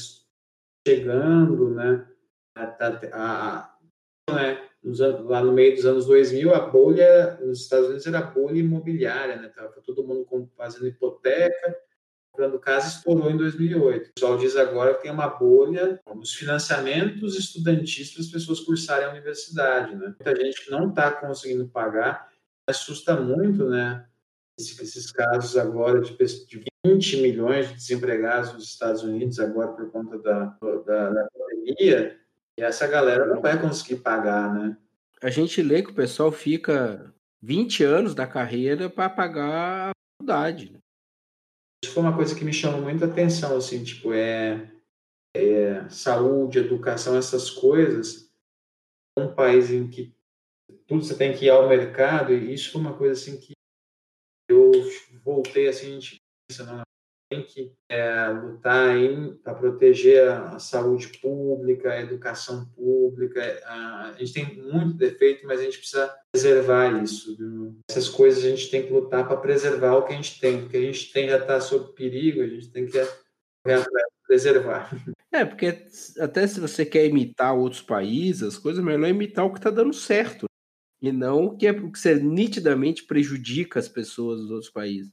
chegando, né? A, a, a, né? Lá no meio dos anos dois mil, a bolha nos Estados Unidos era a bolha imobiliária, né? Tava todo mundo fazendo hipoteca, comprando casa, estourou em dois mil e oito. O pessoal diz agora que tem uma bolha nos financiamentos estudantis para as pessoas cursarem a universidade, né? Muita gente que não está conseguindo pagar, assusta muito, né? Esses casos agora de vinte milhões de desempregados nos Estados Unidos agora por conta da, da, da pandemia. E essa galera não vai conseguir pagar, né? A gente lê que o pessoal fica vinte anos da carreira para pagar a faculdade. Isso foi uma coisa que me chamou muita atenção, assim, tipo, é, é saúde, educação, essas coisas. Um país em que tudo você tem que ir ao mercado, e isso foi uma coisa, assim, que eu voltei, assim, a gente pensa, não, tem que é, lutar para proteger a, a saúde pública, a educação pública. A, a gente tem muito defeito, mas a gente precisa preservar isso. Viu? Essas coisas a gente tem que lutar para preservar o que a gente tem, porque a gente tem já está sob perigo, a gente tem que preservar. É, porque até se você quer imitar outros países, as coisas, melhor é imitar o que está dando certo, e não o que, é, o que você nitidamente prejudica as pessoas dos outros países.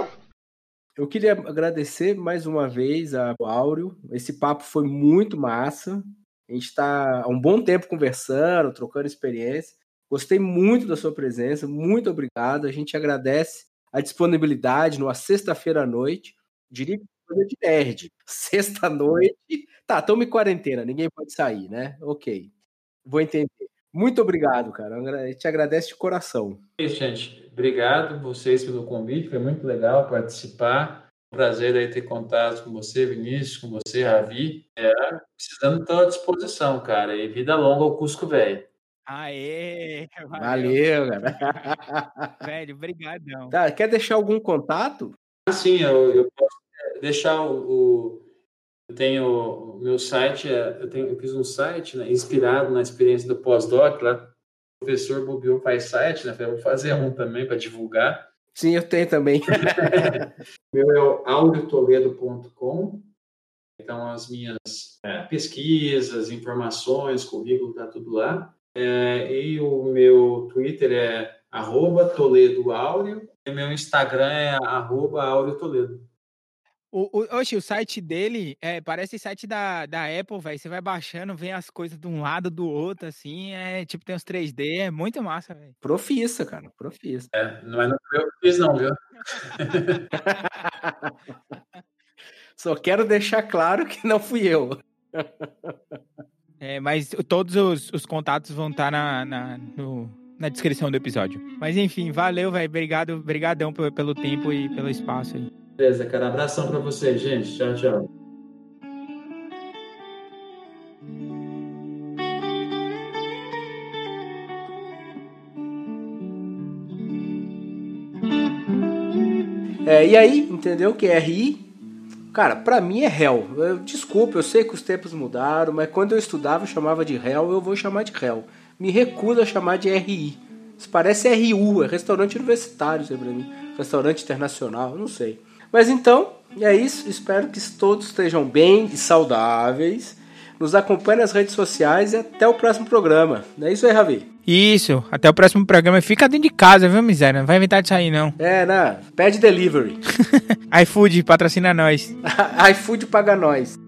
Eu queria agradecer mais uma vez ao Áureo. Esse papo foi muito massa. A gente está há um bom tempo conversando, trocando experiência. Gostei muito da sua presença, muito obrigado. A gente agradece a disponibilidade numa sexta-feira à noite. Diria que coisa de nerd. Sexta-noite. Tá, estamos em quarentena, ninguém pode sair, né? Ok. Vou entender. Muito obrigado, cara. A gente agradece de coração. É isso, gente. Obrigado vocês pelo convite. Foi muito legal participar. Um prazer aí ter contato com você, Vinícius, com você, Ravi. É, precisando estar à disposição, cara. E vida longa ao Cusco Velho. Aê! Valeu, valeu cara. Velho, brigadão. Tá, quer deixar algum contato? Ah, sim, eu, eu posso deixar o, o... Eu tenho o meu site, eu, tenho, eu fiz um site, né, inspirado na experiência do pós-doc, lá o professor Bobion faz site, né? Eu vou fazer um também para divulgar. Sim, eu tenho também. Meu é o audio toledo ponto com. Então, as minhas é, pesquisas, informações, currículo, tá tudo lá. É, e o meu Twitter é arroba Toledo Áureo, e meu Instagram é arroba Áureo Toledo. O, o, oxe, o site dele é, parece site da, da Apple, velho. Você vai baixando, vem as coisas de um lado, do outro, assim. É tipo, tem uns três D, é muito massa, velho. Profissa, cara, profissa. É, não é não eu que fiz, não, viu? Só quero deixar claro que não fui eu. É, mas todos os, os contatos vão estar na, na, no, na descrição do episódio. Mas enfim, valeu, velho. Obrigado, brigadão pelo, pelo tempo e pelo espaço aí. Beleza, cara. Abração pra vocês, gente. Tchau, tchau. É, e aí, entendeu que R I, cara, pra mim é réu. Eu, desculpa, eu sei que os tempos mudaram, mas quando eu estudava eu chamava de réu, eu vou chamar de réu. Me recuso a chamar de R I. Isso parece R U, é restaurante universitário, sei pra mim. Restaurante internacional, não sei. Mas então, é isso. Espero que todos estejam bem e saudáveis. Nos acompanhe nas redes sociais e até o próximo programa. Não é isso aí, Ravi? Isso, até o próximo programa. Fica dentro de casa, viu, miséria? Não vai inventar de sair, não. É, né? Pede delivery. iFood, patrocina nós. iFood paga nós.